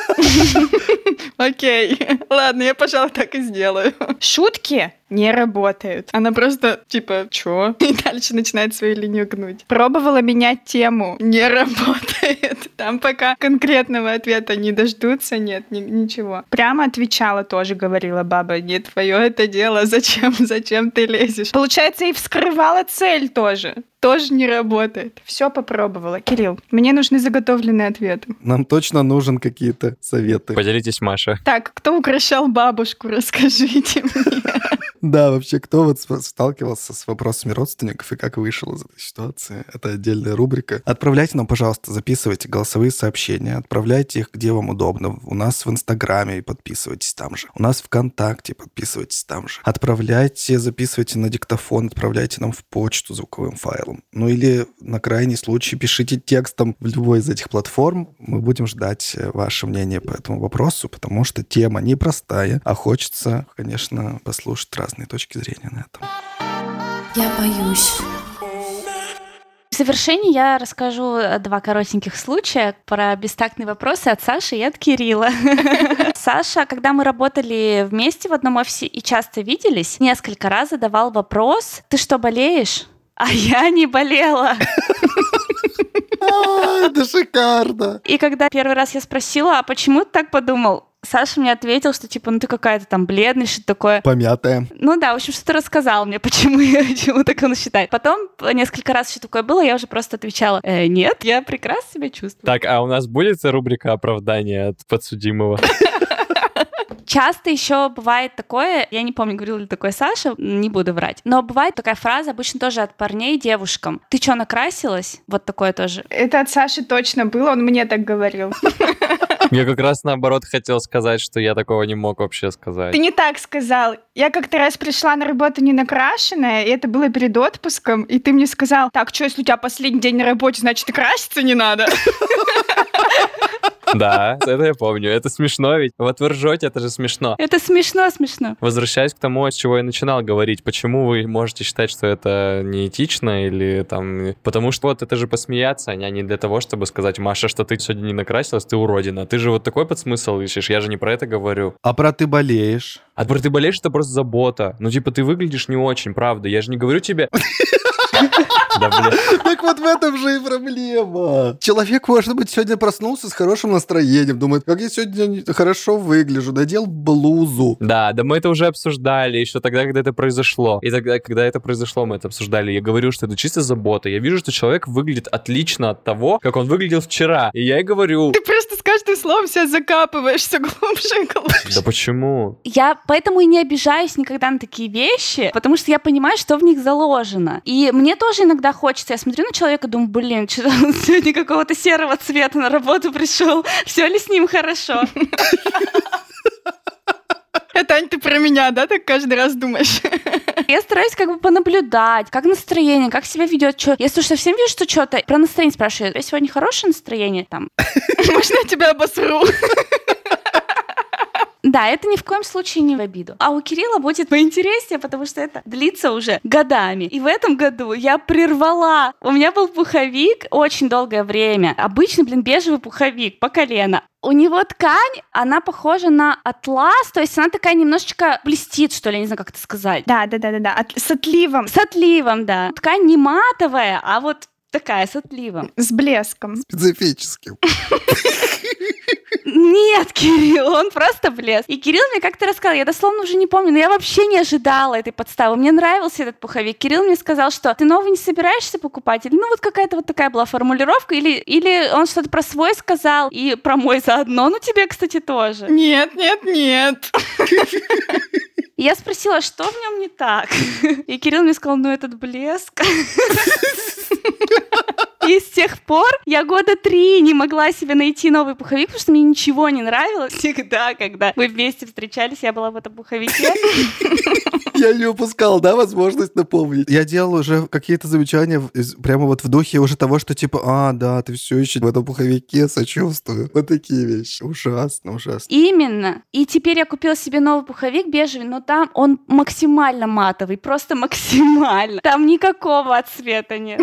Окей. Ладно, я, пожалуй, так и сделаю. Шутки не работают. Она просто, типа, чё? И дальше начинает свою линию гнуть. Пробовала менять тему. Не работает. Там пока конкретного ответа не дождутся, нет, ни- ничего. Прямо отвечала тоже, говорила баба, не твое это дело, зачем, зачем ты лезешь? Получается, и вскрывала цель тоже. Тоже не работает. Все попробовала. Кирилл, мне нужны заготовленные ответы. Нам точно нужен какие-то советы. Поделитесь, Маша. Так, кто укращал бабушку, расскажите мне. Да, вообще, кто вот с- сталкивался с вопросами родственников и как вышел из этой ситуации? Это отдельная рубрика. Отправляйте нам, пожалуйста, записывайте голосовые сообщения, отправляйте их, где вам удобно. У нас в Инстаграме, подписывайтесь там же. У нас в ВКонтакте, подписывайтесь там же. Отправляйте, записывайте на диктофон, отправляйте нам в почту звуковым файлом. Ну или, на крайний случай, пишите текстом в любой из этих платформ. Мы будем ждать э, ваше мнение по этому вопросу, потому что тема непростая, а хочется, конечно, послушать разные точки зрения на этом. Я боюсь. В завершении я расскажу два коротеньких случая про бестактные вопросы от Саши и от Кирилла. Саша, когда мы работали вместе в одном офисе и часто виделись, несколько раз задавал вопрос: «Ты что, болеешь?» А я не болела. А, это шикарно! И когда первый раз я спросила, а почему ты так подумал? Саша мне ответил, что типа, ну ты какая-то там бледная, что-то такое. Помятая. Ну да, в общем, что-то рассказал мне, почему, я, почему так он считает. Потом несколько раз еще такое было, я уже просто отвечала, «Э, нет, я прекрасно себя чувствую». Так, а у нас будет рубрика оправдания от подсудимого? Часто еще бывает такое, я не помню, говорила ли такое Саша, не буду врать, но бывает такая фраза, обычно тоже от парней девушкам: «Ты что, накрасилась?» Вот такое тоже. Это от Саши точно было, он мне так говорил. Я как раз наоборот хотел сказать, что я такого не мог вообще сказать. Ты не так сказал. Я как-то раз пришла на работу не накрашенная, и это было перед отпуском, и ты мне сказал: так, что, если у тебя последний день на работе, значит, и краситься не надо? Да, это я помню. Это смешно ведь. Вот вы ржете, это же смешно. Это смешно, смешно. Возвращаясь к тому, с чего я начинал говорить, почему вы можете считать, что это неэтично или там... Потому что вот это же посмеяться, а не для того, чтобы сказать: Маша, что ты сегодня не накрасилась, ты уродина. Ты же вот такой подсмысл ищешь, я же не про это говорю. А про ты болеешь? А про ты болеешь, это просто забота. Ну, типа, ты выглядишь не очень, правда. Я же не говорю тебе... Да, блин. Так вот в этом же и проблема. Человек, может быть, сегодня проснулся с хорошим настроением, думает, как я сегодня хорошо выгляжу, надел блузу. Да, да мы это уже обсуждали еще тогда, когда это произошло. И тогда, когда это произошло, мы это обсуждали. Я говорю, что это чисто забота. Я вижу, что человек выглядит отлично от того, как он выглядел вчера. И я и говорю... Ты просто с каждым словом себя закапываешь все глубже и глубже. Да почему? Я поэтому и не обижаюсь никогда на такие вещи, потому что я понимаю, что в них заложено. И мне тоже иногда хочется, я смотрю на человека, думаю, блин, что он сегодня какого-то серого цвета на работу пришел, все ли с ним хорошо? Это, Ань, ты про меня, да, так каждый раз думаешь? Я стараюсь как бы понаблюдать, как настроение, как себя ведет, что. Если уж совсем вижу, что что-то про настроение спрашивают, у тебя сегодня хорошее настроение? Там. Можно я тебя обосру? Да, это ни в коем случае не в обиду. А у Кирилла будет поинтереснее, потому что это длится уже годами. И в этом году я прервала. У меня был пуховик очень долгое время. Обычный, блин, бежевый пуховик по колено. У него ткань, она похожа на атлас, то есть она такая немножечко блестит, что ли, я не знаю, как это сказать. Да, да, да, да, да. От... С отливом. С отливом, да. Ткань не матовая, а вот такая, с отливом. С блеском. Специфическим. Нет, Кирилл, он просто блеск. И Кирилл мне как-то рассказал, я дословно уже не помню, но я вообще не ожидала этой подставы. Мне нравился этот пуховик. Кирилл мне сказал, что ты новый не собираешься покупать? Или ну вот какая-то вот такая была формулировка, или, или он что-то про свой сказал и про мой заодно. Ну тебе, кстати, тоже. Нет, нет, нет. И я спросила, что в нем не так? И Кирилл мне сказал, ну этот блеск. И с тех пор я года три не могла себе найти новый пуховик, потому что мне ничего не нравилось. Всегда, когда мы вместе встречались, я была в этом пуховике. Я не упускал, да, возможность напомнить. Я делал уже какие-то замечания прямо вот в духе уже того, что типа, а, да, ты все еще в этом пуховике, сочувствую. Вот такие вещи. Ужасно, ужасно. Именно. И теперь я купила себе новый пуховик бежевый, но там он максимально матовый, просто максимально. Там никакого отцвета нет.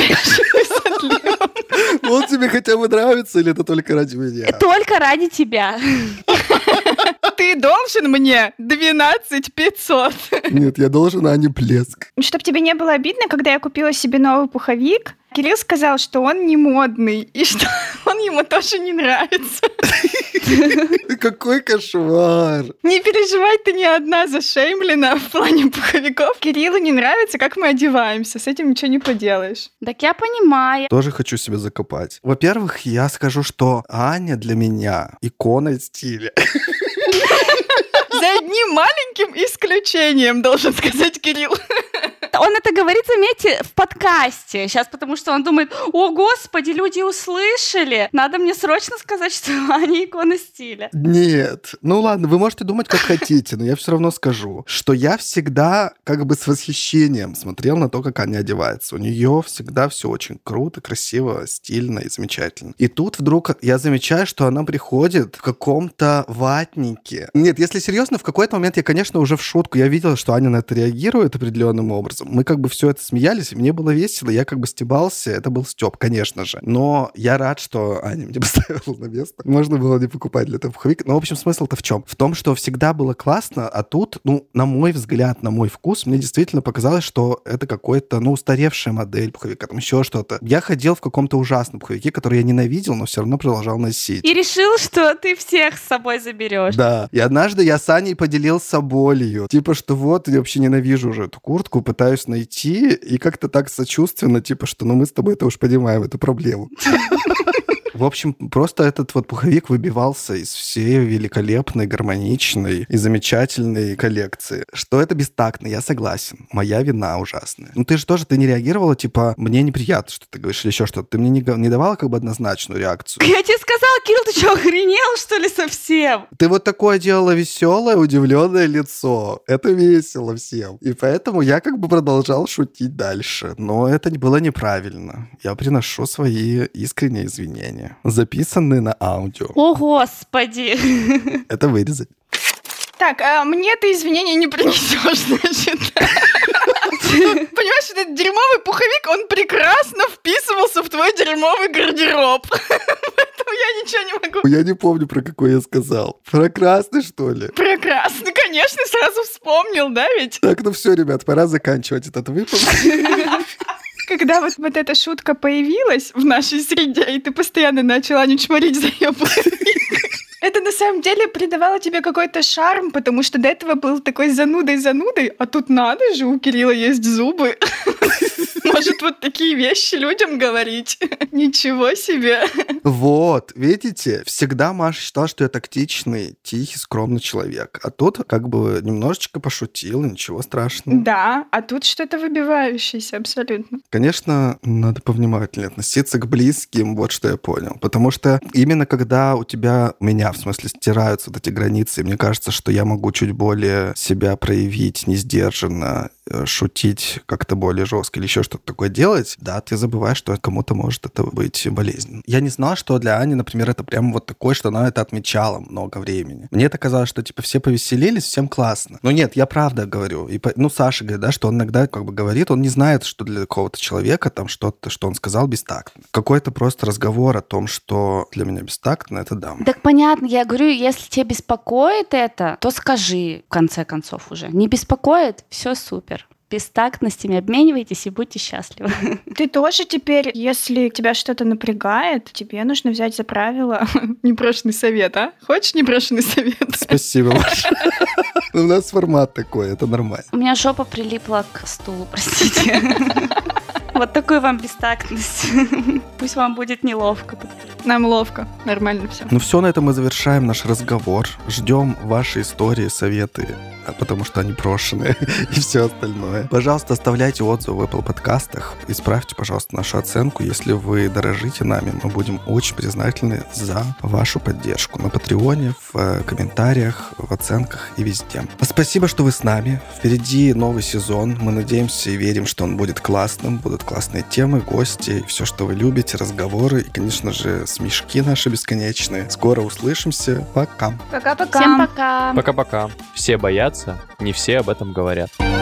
Он тебе хотя бы нравится или это только ради меня? Только ради тебя. Ты должен мне двенадцать пятьсот. Нет, я должен, а не блеск. Чтобы тебе не было обидно, когда я купила себе новый пуховик, Кирилл сказал, что он не модный, и что он ему тоже не нравится. Какой кошмар. Не переживай, ты не одна зашеймлена в плане пуховиков. Кириллу не нравится, как мы одеваемся. С этим ничего не поделаешь. Так я понимаю. Тоже хочу себя закопать. Во-первых, я скажу, что Аня для меня икона стиля. За одним маленьким исключением, должен сказать Кирилл. Он это говорит, заметьте, в подкасте. Сейчас, потому что он думает, о, господи, люди услышали. Надо мне срочно сказать, что Аня икона стиля. Нет. Ну ладно, вы можете думать, как хотите, но я все равно скажу, что я всегда как бы с восхищением смотрел на то, как Аня одевается. У нее всегда все очень круто, красиво, стильно и замечательно. И тут вдруг я замечаю, что она приходит в каком-то ватнике. Нет, если серьезно, в какой-то момент я, конечно, уже в шутку, я видел, что Аня на это реагирует определенным образом. Мы как бы все это смеялись, и мне было весело, я как бы стебался, это был стёб, конечно же. Но я рад, что Аня меня поставила на место. Можно было не покупать для этого пуховик. Но, в общем, смысл-то в чем? В том, что всегда было классно, а тут, ну, на мой взгляд, на мой вкус, мне действительно показалось, что это какой-то, ну, устаревшая модель пуховика, там еще что-то. Я ходил в каком-то ужасном пуховике, который я ненавидел, но все равно продолжал носить. И решил, что ты всех с собой заберешь. Да. И однажды я с Аней поделился болью. Типа, что вот, я вообще ненавижу уже эту куртку, пытаюсь найти, и как-то так сочувственно, типа, что ну мы с тобой это уж понимаем, эту проблему. В общем, просто этот вот пуховик выбивался из всей великолепной, гармоничной и замечательной коллекции. Что это бестактно, я согласен. Моя вина ужасная. Ну ты же тоже, ты не реагировала, типа, мне неприятно, что ты говоришь, или еще что-то. Ты мне не, не давала как бы однозначную реакцию. Я тебе сказала, Кирилл, ты что, охренел, что ли, совсем? Ты вот такое делала веселое, удивленное лицо. Это весело всем. И поэтому я как бы продолжал шутить дальше. Но это было неправильно. Я приношу свои искренние извинения. изменения, записанные на аудио. О, Господи! Это вырезать. Так, а мне ты извинения не принесешь, значит. Понимаешь, этот дерьмовый пуховик, он прекрасно вписывался в твой дерьмовый гардероб. Поэтому я ничего не могу. Я не помню, про какой я сказал. Про красный, что ли? Прекрасно, конечно, сразу вспомнил, да ведь? Так, ну все, ребят, пора заканчивать этот выпуск. Когда вот, вот эта шутка появилась в нашей среде, и ты постоянно начала не чморить за ее пуховик, это на самом деле придавало тебе какой-то шарм, потому что до этого был такой занудой-занудой, а тут надо же, у Кирилла есть зубы. Может, вот такие вещи людям говорить? Ничего себе. Вот, видите, всегда Маша считала, что я тактичный, тихий, скромный человек. А тут как бы немножечко пошутил, ничего страшного. Да, а тут что-то выбивающееся абсолютно. Конечно, надо повнимательнее относиться к близким, вот что я понял. Потому что именно когда у тебя, у меня, в смысле, стираются вот эти границы, мне кажется, что я могу чуть более себя проявить несдержанно, шутить как-то более жестко или еще что-то такое делать, да, ты забываешь, что кому-то может это быть болезненно. Я не знал, что для Ани, например, это прям вот такое, что она это отмечала много времени. Мне это казалось, что типа все повеселились, всем классно. Но нет, я правда говорю. И, ну, Саша говорит, да, что он иногда как бы говорит, он не знает, что для какого-то человека там что-то, что он сказал, бестактно. Какой-то просто разговор о том, что для меня бестактно, это да. Так понятно, я говорю, если тебя беспокоит это, то скажи, в конце концов уже. Не беспокоит? Все супер. Бестактностями обменивайтесь и будьте счастливы. Ты тоже теперь, если тебя что-то напрягает, тебе нужно взять за правило непрошенный совет, а? Хочешь непрошенный совет? Спасибо, Маша. У нас формат такой, это нормально. У меня жопа прилипла к стулу, простите. Вот такой вам бестактность. Пусть вам будет неловко. Нам ловко, нормально все. Ну все, на этом мы завершаем наш разговор. Ждем ваши истории, советы, потому что они брошенные и все остальное. Пожалуйста, оставляйте отзывы в Apple подкастах. Исправьте, пожалуйста, нашу оценку. Если вы дорожите нами, мы будем очень признательны за вашу поддержку. На Патреоне, в комментариях, в оценках и везде. Спасибо, что вы с нами. Впереди новый сезон. Мы надеемся и верим, что он будет классным. Будут классные темы, гости, все, что вы любите, разговоры и, конечно же, смешки наши бесконечные. Скоро услышимся. Пока. Пока-пока. Всем пока. Пока-пока. Все боятся, не все об этом говорят.